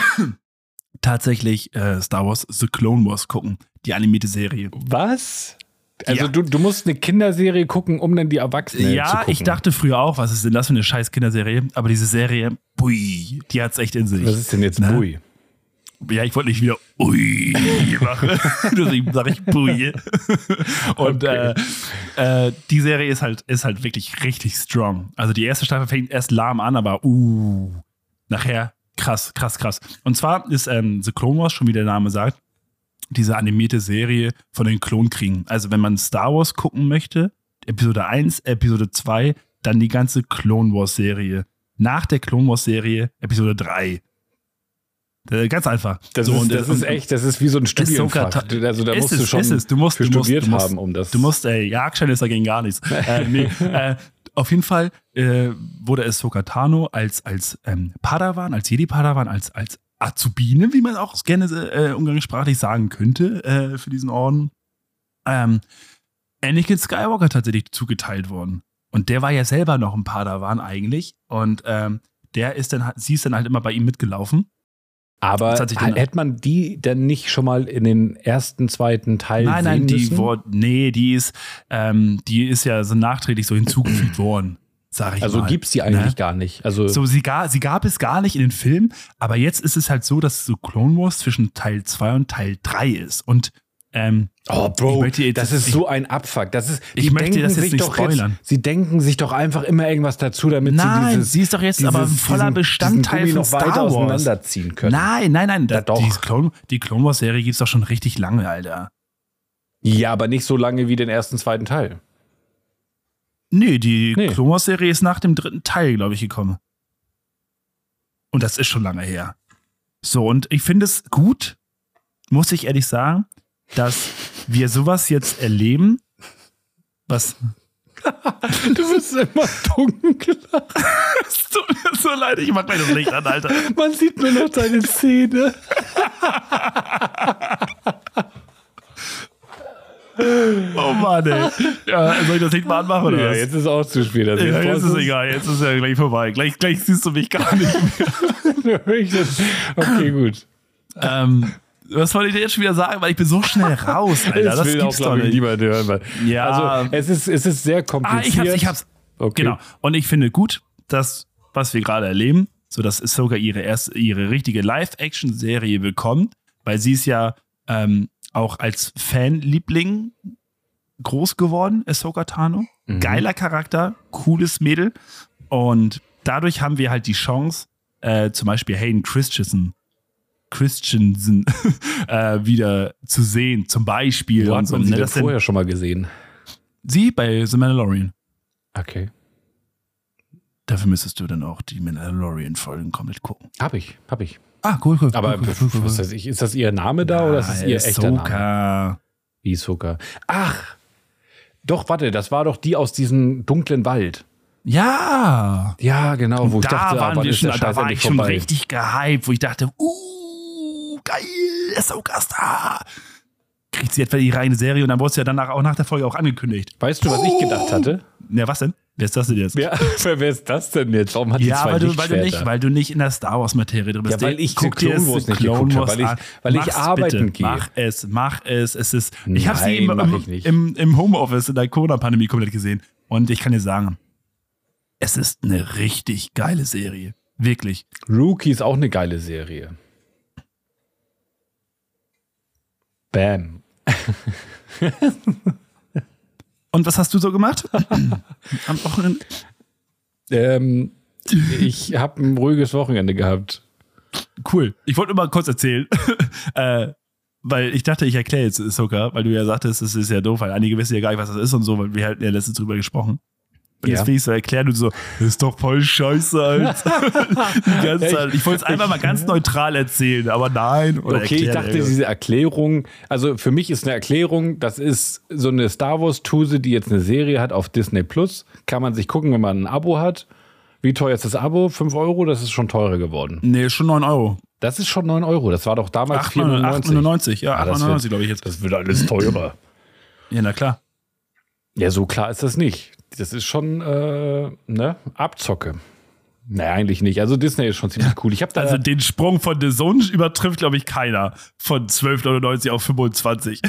tatsächlich Star Wars The Clone Wars gucken. Die animierte Serie. Was? Also Ja. du musst eine Kinderserie gucken, um dann die Erwachsenen zu Ja, gucken. ich dachte früher auch, was ist denn das für eine scheiß Kinderserie? Aber diese Serie, bui, die hat's echt in sich. Was ist denn jetzt Ne? Bui? Ja, ich wollte nicht wieder ui machen. Deswegen sage ich bui. Und Okay. die Serie ist halt wirklich richtig strong. Also die erste Staffel fängt erst lahm an, aber nachher krass. Und zwar ist The Clone Wars, schon wie der Name sagt, diese animierte Serie von den Klonkriegen. Also wenn man Star Wars gucken möchte, Episode 1, Episode 2, dann die ganze Clone Wars Serie. Nach der Clone Wars Serie Episode 3. Ganz einfach. Das und ist wie so ein Studienfach. Also da musst du schon studiert haben, um das. Du musst, Jagdschein ist dagegen gar nichts. Auf jeden Fall wurde Ahsoka Tano als Padawan, als Jedi-Padawan, als Azubine, wie man auch gerne umgangssprachlich sagen könnte, für diesen Orden, Anakin Skywalker tatsächlich zugeteilt worden. Und der war ja selber noch ein Padawan eigentlich. Und sie ist dann halt immer bei ihm mitgelaufen. Aber hätte man die denn nicht schon mal in den ersten, zweiten Teil sehen müssen? Die ist ja so nachträglich so hinzugefügt worden, sag ich mal. Also gibt's die eigentlich gar nicht. Also so, sie gab es gar nicht in den Filmen, aber jetzt ist es halt so, dass so Clone Wars zwischen Teil 2 und Teil 3 ist. Und Bro, das ist so ein Abfuck. Ich möchte dir das jetzt nicht spoilern. Sie denken sich doch einfach immer irgendwas dazu, damit sie ist doch jetzt aber ein voller Bestandteil von noch Star weiter Wars. auseinanderziehen können. Nein. Ja, doch. Die Clone Wars Serie gibt's doch schon richtig lange, Alter. Ja, aber nicht so lange wie den ersten, zweiten Teil. Nee, die Clone Wars Serie ist nach dem 3. Teil, glaube ich, gekommen. Und das ist schon lange her. So, und ich finde es gut, muss ich ehrlich sagen, dass wir sowas jetzt erleben, was... Du bist immer dunkler. Es tut mir so leid, ich mach gleich das Licht an, Alter. Man sieht nur noch deine Zähne. Oh Mann, ey. Ja, soll ich das Licht mal anmachen, oder Ja, was? jetzt ist auch zu spät. Also Ja, jetzt ist es egal, jetzt ist ja gleich vorbei. Gleich siehst du mich gar nicht mehr. Okay, gut. Was wollte ich dir jetzt schon wieder sagen? Weil ich bin so schnell raus, Alter. Das Das will gibt's auch, doch glaube ich, nicht. niemand hören. Weil Ja. Also, es ist sehr kompliziert. Ich hab's. Okay. Genau. Und ich finde gut, dass, was wir gerade erleben, so dass Ahsoka ihre richtige Live-Action-Serie bekommt, weil sie ist ja auch als Fanliebling groß geworden, Ahsoka Tano. Mhm. Geiler Charakter, cooles Mädel. Und dadurch haben wir halt die Chance, zum Beispiel Hayden Christensen wieder zu sehen, zum Beispiel. Wo und hat so. man sie Ne, denn das sind vorher schon mal gesehen? sie bei The Mandalorian. Okay. Dafür müsstest du dann auch die Mandalorian-Folgen komplett gucken. Hab ich. Ah, cool. Aber was weiß ich, ist das ihr Name da oder ist das ihr echter Name? Ahsoka. Ahsoka. Ach, doch, warte, das war doch die aus diesem dunklen Wald. Ja. Ja, genau, wo ich dachte, da wann ist der Scheiß war endlich ich schon vorbei? richtig gehypt, wo ich dachte, geil, Ahsoka ist da. Kriegt sie etwa die reine Serie und dann wurde es ja danach auch nach der Folge auch angekündigt. Weißt du, was ich gedacht hatte? Ja, was denn? Wer ist das denn jetzt? Wer ist das denn jetzt? Warum hat die zwei Lichtschwerter? weil du nicht in der Star Wars Materie drin bist. Ja, weil ich guck dir Clone Wars nicht geguckt habe, weil ich arbeiten gehe. Mach es. Es ist. Ich habe sie nicht. im Homeoffice in der Corona-Pandemie komplett gesehen. Und ich kann dir sagen, es ist eine richtig geile Serie. Wirklich. Rookie ist auch eine geile Serie. Bam. Und was hast du so gemacht? Am Wochenende? Ich habe ein ruhiges Wochenende gehabt. Cool. Ich wollte nur mal kurz erzählen, weil ich dachte, ich erkläre jetzt Ahsoka, weil du ja sagtest, es ist ja doof, weil einige wissen ja gar nicht, was das ist und so, weil wir hatten ja letztens drüber gesprochen. Und jetzt will ich so erklären und so, das ist doch voll scheiße, Alter. Die ganze Zeit. Ich wollte es einfach mal ganz neutral erzählen, aber nein. Oder okay, ich dachte, diese Erklärung, also für mich ist eine Erklärung, das ist so eine Star Wars-Tuse, die jetzt eine Serie hat auf Disney Plus. Kann man sich gucken, wenn man ein Abo hat. Wie teuer ist das Abo? 5 Euro? Das ist schon teurer geworden. Nee, schon 9 Euro. Das ist schon 9 Euro. Das war doch damals 8,99. Ja, 8,99 glaube ich jetzt. Das wird alles teurer. Ja, na klar. Ja, so klar ist das nicht. Das ist schon, Abzocke. Naja, eigentlich nicht. Also Disney ist schon ziemlich cool. Also den Sprung von The Zone übertrifft, glaube ich, keiner. Von 12,99 auf 25.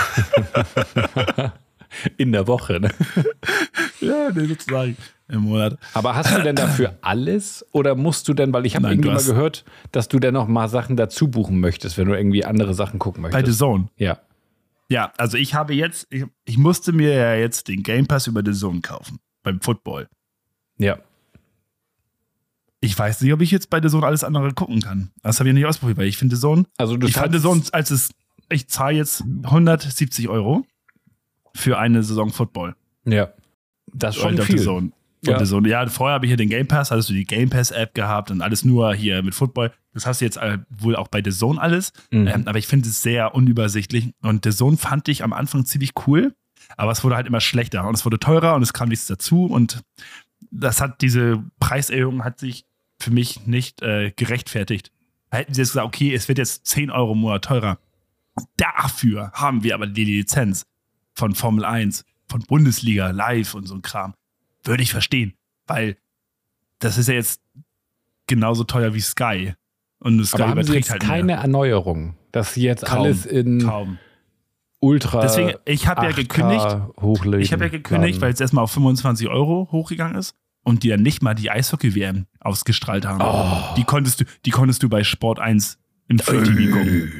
In der Woche, ne? Ja, nee, sozusagen. Im Monat. Aber hast du denn dafür alles? Oder musst du denn, weil ich habe irgendwie mal gehört, dass du denn noch mal Sachen dazu buchen möchtest, wenn du irgendwie andere Sachen gucken möchtest. Bei The Zone? Ja. Ja, also ich habe jetzt, ich musste mir ja jetzt den Game Pass über The Zone kaufen. Beim Football. Ja. Ich weiß nicht, ob ich jetzt bei The Zone alles andere gucken kann. Das habe ich nicht ausprobiert, weil ich finde The Zone, ich fand The Zone, ich zahle jetzt 170 Euro für eine Saison Football. Ja. Das ist schon viel. The Zone. Ja. So, ja, vorher habe ich hier den Game Pass, hattest du die Game Pass App gehabt und alles nur hier mit Football. Das hast du jetzt wohl auch bei The Zone alles. Aber ich finde es sehr unübersichtlich. Und The Zone fand ich am Anfang ziemlich cool, aber es wurde halt immer schlechter und es wurde teurer und es kam nichts dazu. Und diese Preiserhöhung hat sich für mich nicht gerechtfertigt. Hätten sie jetzt gesagt, okay, es wird jetzt 10 Euro im Monat teurer. Dafür haben wir aber die Lizenz von Formel 1, von Bundesliga, Live und so ein Kram. Würde ich verstehen, weil das ist ja jetzt genauso teuer wie Sky. Und Sky aber haben sie jetzt halt keine Erneuerung, dass sie jetzt alles in Ultra. Deswegen, ich habe ja gekündigt, weil es erstmal auf 25 Euro hochgegangen ist und die dann nicht mal die Eishockey-WM ausgestrahlt haben. Oh. Die konntest du bei Sport 1 im Free TV gucken.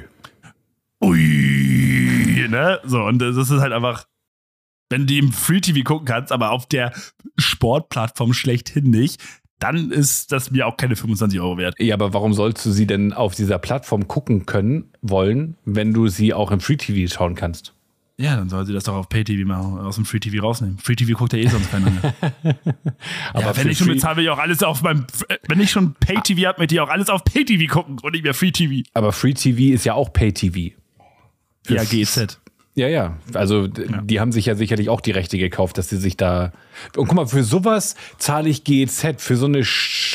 Ui, ne? So, und das ist halt einfach. Wenn du die im Free TV gucken kannst, aber auf der Sportplattform schlechthin nicht, dann ist das mir auch keine 25 Euro wert. Ja, aber warum sollst du sie denn auf dieser Plattform gucken wenn du sie auch im Free TV schauen kannst? Ja, dann soll sie das doch auf Pay TV mal aus dem Free TV rausnehmen. Free TV guckt ja eh sonst keiner mehr. Aber ja, wenn ich schon bezahle, will ich auch alles wenn ich schon Pay TV habe, möchte ich auch alles auf Pay TV gucken und nicht mehr Free TV. Aber Free TV ist ja auch Pay TV. Ja, GZ. Ja. Also die haben sich ja sicherlich auch die Rechte gekauft, dass sie sich da. Und guck mal, für sowas zahle ich GEZ, für so einen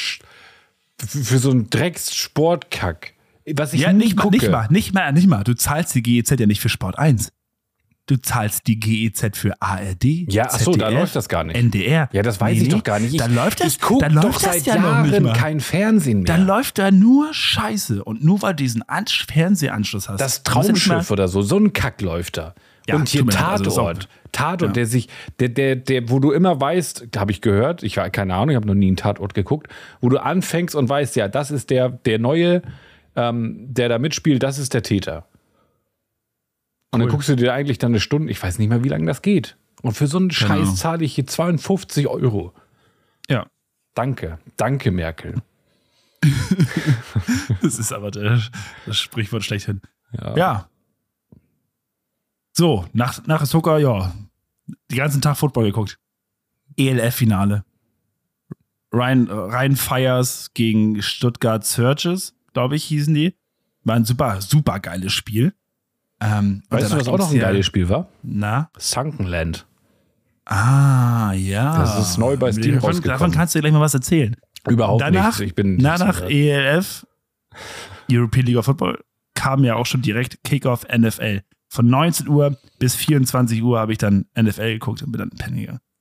Drecks-Sportkack. Was ich ja, nicht gucke. Nicht mal. Du zahlst die GEZ ja nicht für Sport 1. Du zahlst die GEZ für ARD. Ja, achso, da läuft das gar nicht. NDR. Ja, das weiß ich doch gar nicht. Da läuft das. Ich gucke doch seit Jahren kein Fernsehen mehr. Dann läuft da nur Scheiße. Und nur weil du diesen Fernsehanschluss hast. Das Traumschiff oder so ein Kack läuft da. Ja, und hier Tatort. Tatort, der wo du immer weißt, habe ich gehört, ich habe keine Ahnung, ich habe noch nie einen Tatort geguckt, wo du anfängst und weißt, ja, das ist der Neue, der da mitspielt, das ist der Täter. Und dann guckst du dir eigentlich dann eine Stunde, ich weiß nicht mehr, wie lange das geht. Und für so einen Scheiß zahle ich hier 52 Euro. Ja. Danke, Merkel. Das ist aber das Sprichwort schlechthin. Ja. So, nach Ahsoka, den ganzen Tag Football geguckt. ELF-Finale. Ryan Fires gegen Stuttgart Searches, glaube ich, hießen die. War ein super, super geiles Spiel. Weißt du, was auch noch ein geiles Spiel war? Na? Sunkenland. Ah, ja. Das ist neu bei Steam rausgekommen. Davon kannst du dir gleich mal was erzählen. Überhaupt nicht. Nach ELF, European League of Football, kam ja auch schon direkt Kickoff NFL. Von 19 Uhr bis 24 Uhr habe ich dann NFL geguckt und bin dann pennen gegangen.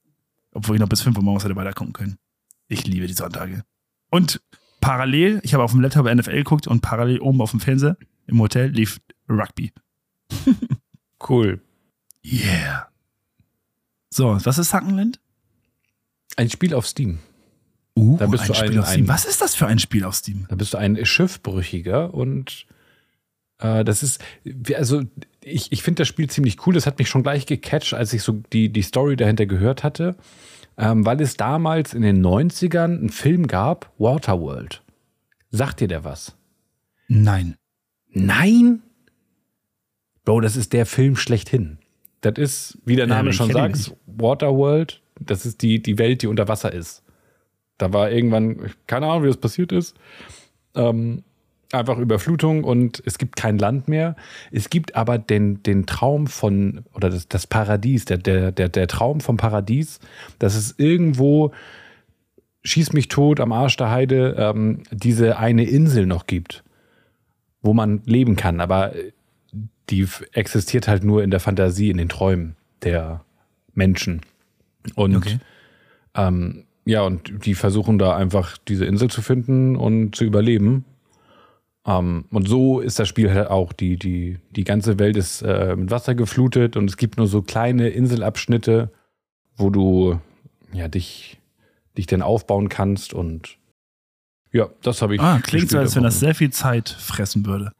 Obwohl ich noch bis 5 Uhr morgens hätte weiter gucken können. Ich liebe die Sonntage. Und parallel, ich habe auf dem Laptop NFL geguckt und parallel oben auf dem Fernseher im Hotel lief Rugby. Cool. Yeah. So, was ist Suckenland? Ein Spiel auf Steam. Da bist du Spiel auf Steam. Was ist das für ein Spiel auf Steam? Da bist du ein Schiffbrüchiger und das ist, also ich finde das Spiel ziemlich cool. Das hat mich schon gleich gecatcht, als ich so die Story dahinter gehört hatte, weil es damals in den 90ern einen Film gab, Waterworld. Sagt dir der was? Nein. Nein? Bro, das ist der Film schlechthin. Das ist, wie der Name schon sagt, Waterworld. Das ist die Welt, die unter Wasser ist. Da war irgendwann, keine Ahnung, wie das passiert ist, einfach Überflutung und es gibt kein Land mehr. Es gibt aber den Traum von, oder das Paradies, der Traum vom Paradies, dass es irgendwo, schieß mich tot, am Arsch der Heide, diese eine Insel noch gibt, wo man leben kann. Aber die existiert halt nur in der Fantasie, in den Träumen der Menschen. Und ja, und die versuchen da einfach diese Insel zu finden und zu überleben. Und so ist das Spiel halt auch. Die ganze Welt ist mit Wasser geflutet und es gibt nur so kleine Inselabschnitte, wo du ja dich dann aufbauen kannst. Und ja, das habe ich. Klingt so, als wenn das sehr viel Zeit fressen würde.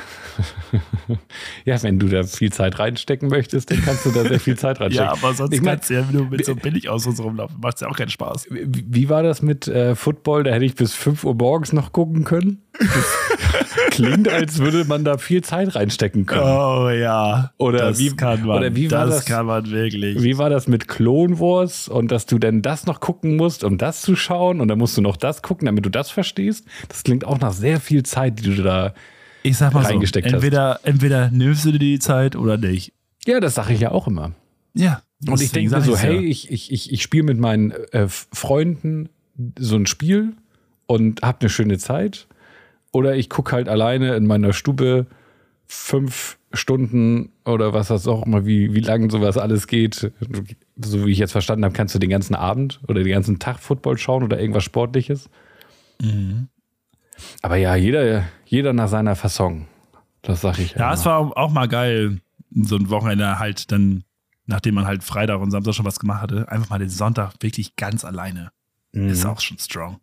Ja, wenn du da viel Zeit reinstecken möchtest, dann kannst du da sehr viel Zeit reinstecken. Ja, aber sonst kannst du ja nur mit so Billigausrüstung rumlaufen. Macht ja auch keinen Spaß. Wie war das mit Football? Da hätte ich bis 5 Uhr morgens noch gucken können. Das klingt, als würde man da viel Zeit reinstecken können. Oh ja. Oder wie kann man wirklich. Wie war das mit Clone Wars und dass du denn das noch gucken musst, um das zu schauen und dann musst du noch das gucken, damit du das verstehst? Das klingt auch nach sehr viel Zeit, die du da ich sag mal so, hast. Entweder nimmst du dir die Zeit oder nicht. Ja, das sage ich ja auch immer. Ja. Und ich denke mir so, hey, ich spiele mit meinen Freunden so ein Spiel und habe eine schöne Zeit. Oder ich gucke halt alleine in meiner Stube 5 Stunden oder was das auch immer, wie lang sowas alles geht. So wie ich jetzt verstanden habe, kannst du den ganzen Abend oder den ganzen Tag Football schauen oder irgendwas Sportliches. Mhm. Aber ja, jeder nach seiner Fasson. Das sag ich. Ja, es war auch mal geil, so ein Wochenende halt dann, nachdem man halt Freitag und Samstag schon was gemacht hatte, einfach mal den Sonntag wirklich ganz alleine. Ist auch schon strong.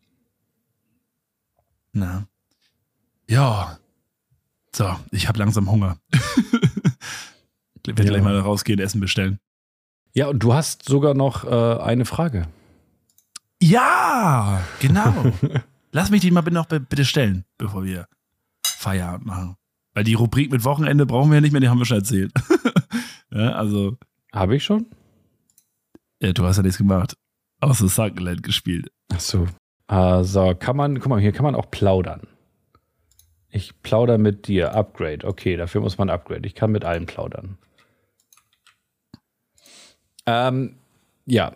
Na. Ja. So, ich habe langsam Hunger. Ich werde gleich mal rausgehen, Essen bestellen. Ja, und du hast sogar noch eine Frage. Ja, genau. Lass mich die mal bitte stellen, bevor wir Feierabend machen. Weil die Rubrik mit Wochenende brauchen wir ja nicht mehr, die haben wir schon erzählt. Ja, also. Habe ich schon? Ja, du hast ja nichts gemacht. Außer Suckenland gespielt. Ach so. So, guck mal, hier kann man auch plaudern. Ich plaudere mit dir. Upgrade. Okay, dafür muss man Upgrade. Ich kann mit allen plaudern. Ja.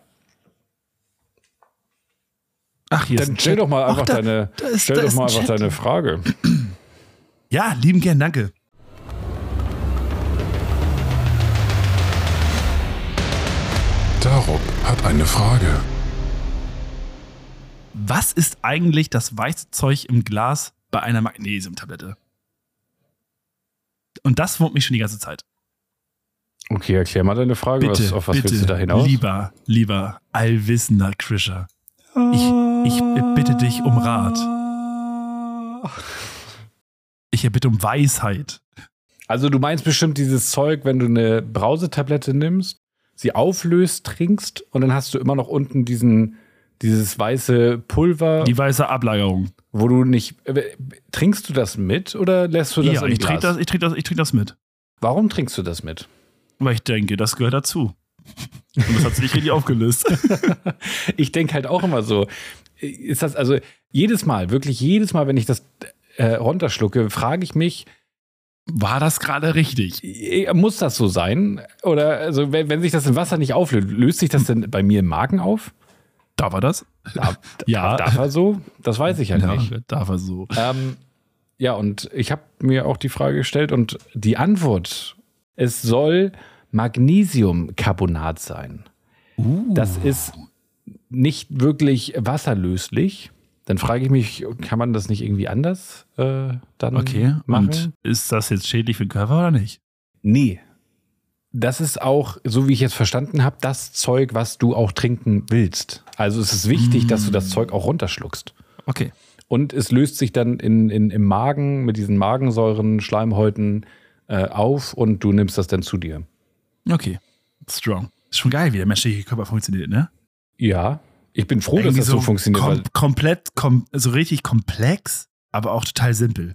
Ach, hier dann stell doch mal einfach deine Frage. Ja, lieben gern, danke. Darob hat eine Frage. Was ist eigentlich das weiße Zeug im Glas bei einer Magnesiumtablette? Und das wurmt mich schon die ganze Zeit. Okay, erklär mal deine Frage. Bitte, auf was willst du da hinaus? Lieber allwissender Krischer. Ich bitte dich um Rat. Ich erbitte um Weisheit. Also du meinst bestimmt dieses Zeug, wenn du eine Brausetablette nimmst, sie auflöst, trinkst und dann hast du immer noch unten dieses weiße Pulver. Die weiße Ablagerung. Wo du nicht. Trinkst du das mit oder lässt du das im Glas? Ich trinke das mit. Warum trinkst du das mit? Weil ich denke, das gehört dazu. Und das hat sich nicht richtig aufgelöst. Ich denke halt auch immer so, ist das also wirklich jedes Mal, wenn ich das runterschlucke, frage ich mich, war das gerade richtig? Muss das so sein? Oder also wenn sich das im Wasser nicht auflöst, löst sich das denn bei mir im Magen auf? Darf er das? Ja. Darf er so? Das weiß ich halt nicht. Darf er so. Ja, und ich habe mir auch die Frage gestellt und die Antwort, es soll Magnesiumcarbonat sein. Das ist nicht wirklich wasserlöslich. Dann frage ich mich, kann man das nicht irgendwie anders dann machen? Und ist das jetzt schädlich für den Körper oder nicht? Nee. Das ist auch, so wie ich jetzt verstanden habe, das Zeug, was du auch trinken willst. Also es ist wichtig, dass du das Zeug auch runterschluckst. Okay. Und es löst sich dann im Magen mit diesen Magensäuren, Schleimhäuten auf und du nimmst das dann zu dir. Okay. Strong. Ist schon geil, wie der menschliche Körper funktioniert, ne? Ja. Ich bin froh, dass das so funktioniert. So richtig komplex, aber auch total simpel.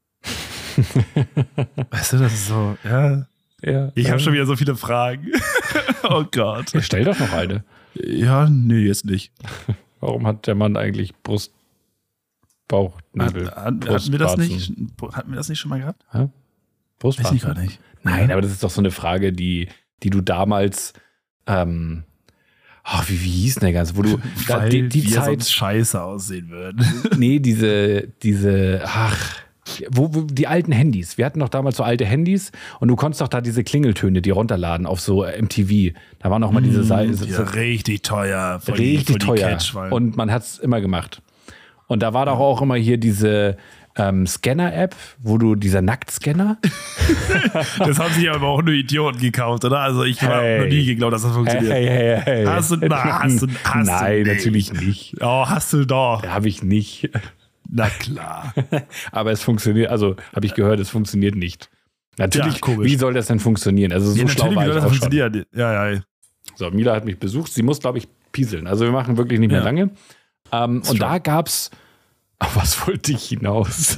Weißt du, das ist so, ja. Ich habe schon wieder so viele Fragen. Oh Gott. Ja, stell doch noch eine. Ja, nee, jetzt nicht. Warum hat der Mann eigentlich Bauchnebel? Hatten wir das nicht schon mal gehabt? Ja? Weiß ich gar nicht. Nein, aber das ist doch so eine Frage, die du damals wie hieß denn der ganze, wo du die Zeit sonst scheiße aussehen würden. Nee, wo die alten Handys. Wir hatten doch damals so alte Handys und du konntest doch da diese Klingeltöne, die runterladen auf so MTV. Da waren auch mal diese Seiten. Richtig teuer. Richtig teuer. Und man hat es immer gemacht. Und da war doch auch immer hier diese Scanner-App, wo du dieser Nacktscanner. Das haben sich aber auch nur Idioten gekauft, oder? Also ich habe noch nie geglaubt, dass das funktioniert. Hey. Hast du Nein, nicht. natürlich nicht. Oh, hast du doch. Habe ich nicht. Na klar. Aber es funktioniert, also habe ich gehört, es funktioniert nicht. Natürlich, ja, wie soll das denn funktionieren? Also so schlau war ich auch schon. Ja. So, Mila hat mich besucht. Sie muss, glaube ich, pieseln. Also wir machen wirklich nicht mehr lange. Und da gab's, was wollte ich hinaus?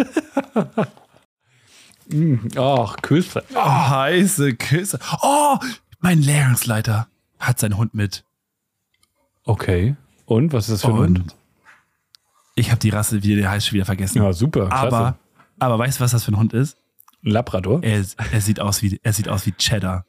Ach, Küsse. Oh, heiße Küsse. Oh, mein Lehrgangsleiter hat seinen Hund mit. Okay. Und, was ist das für ein Hund? Ich habe die Rasse wieder vergessen. Ja, super. Klasse. Aber weißt du, was das für ein Hund ist? Ein Labrador? Er sieht aus wie Cheddar.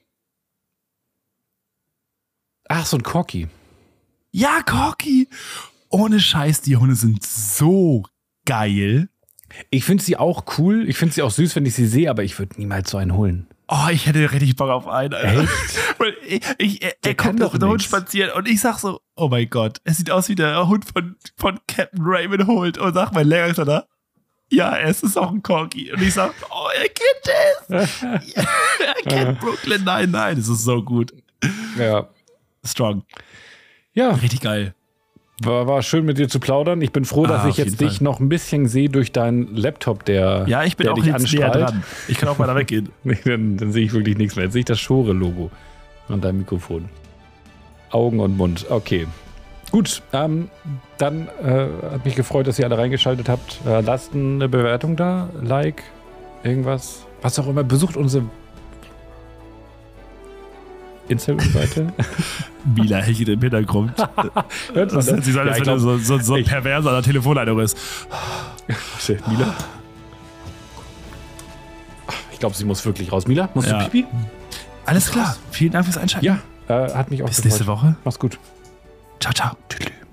Ach, so ein Corgi. Ja, Corgi. Ohne Scheiß, die Hunde sind so geil. Ich finde sie auch cool. Ich finde sie auch süß, wenn ich sie sehe, aber ich würde niemals so einen holen. Oh, ich hätte richtig Bock auf einen. Alter. Echt? Weil er kommt doch mit dem Hund spazieren und ich sag so, oh mein Gott, es sieht aus wie der Hund von Captain Raymond Holt. Und sagt mein Lehrgangsleiter, ja, es ist auch ein Corgi. Und ich sag, oh, er kennt es. Er kennt Brooklyn. Nein, es ist so gut. Ja. Strong. Ja. Richtig geil. War schön mit dir zu plaudern. Ich bin froh, dass ich jetzt dich noch ein bisschen sehe durch deinen Laptop, der ja, ich bin auch jetzt näher dran. Ich kann auch weiter weggehen. Nee, dann sehe ich wirklich nichts mehr. Jetzt sehe ich das Schore-Logo an deinem Mikrofon. Augen und Mund. Okay. Gut, dann hat mich gefreut, dass ihr alle reingeschaltet habt. Lasst eine Bewertung da, Like, irgendwas, was auch immer. Besucht unsere Instagram-Seite. Mila hechelt im Hintergrund. Hört man das? Sie soll, als wenn so ein Perverser an der Telefonleitung ist. Mila? Ich glaube, sie muss wirklich raus. Mila, musst du Pipi? Alles klar. Vielen Dank fürs Einschalten. Ja, hat mich auch gefreut. Bis nächste Woche. Mach's gut. Ciao, ciao. Tschüss.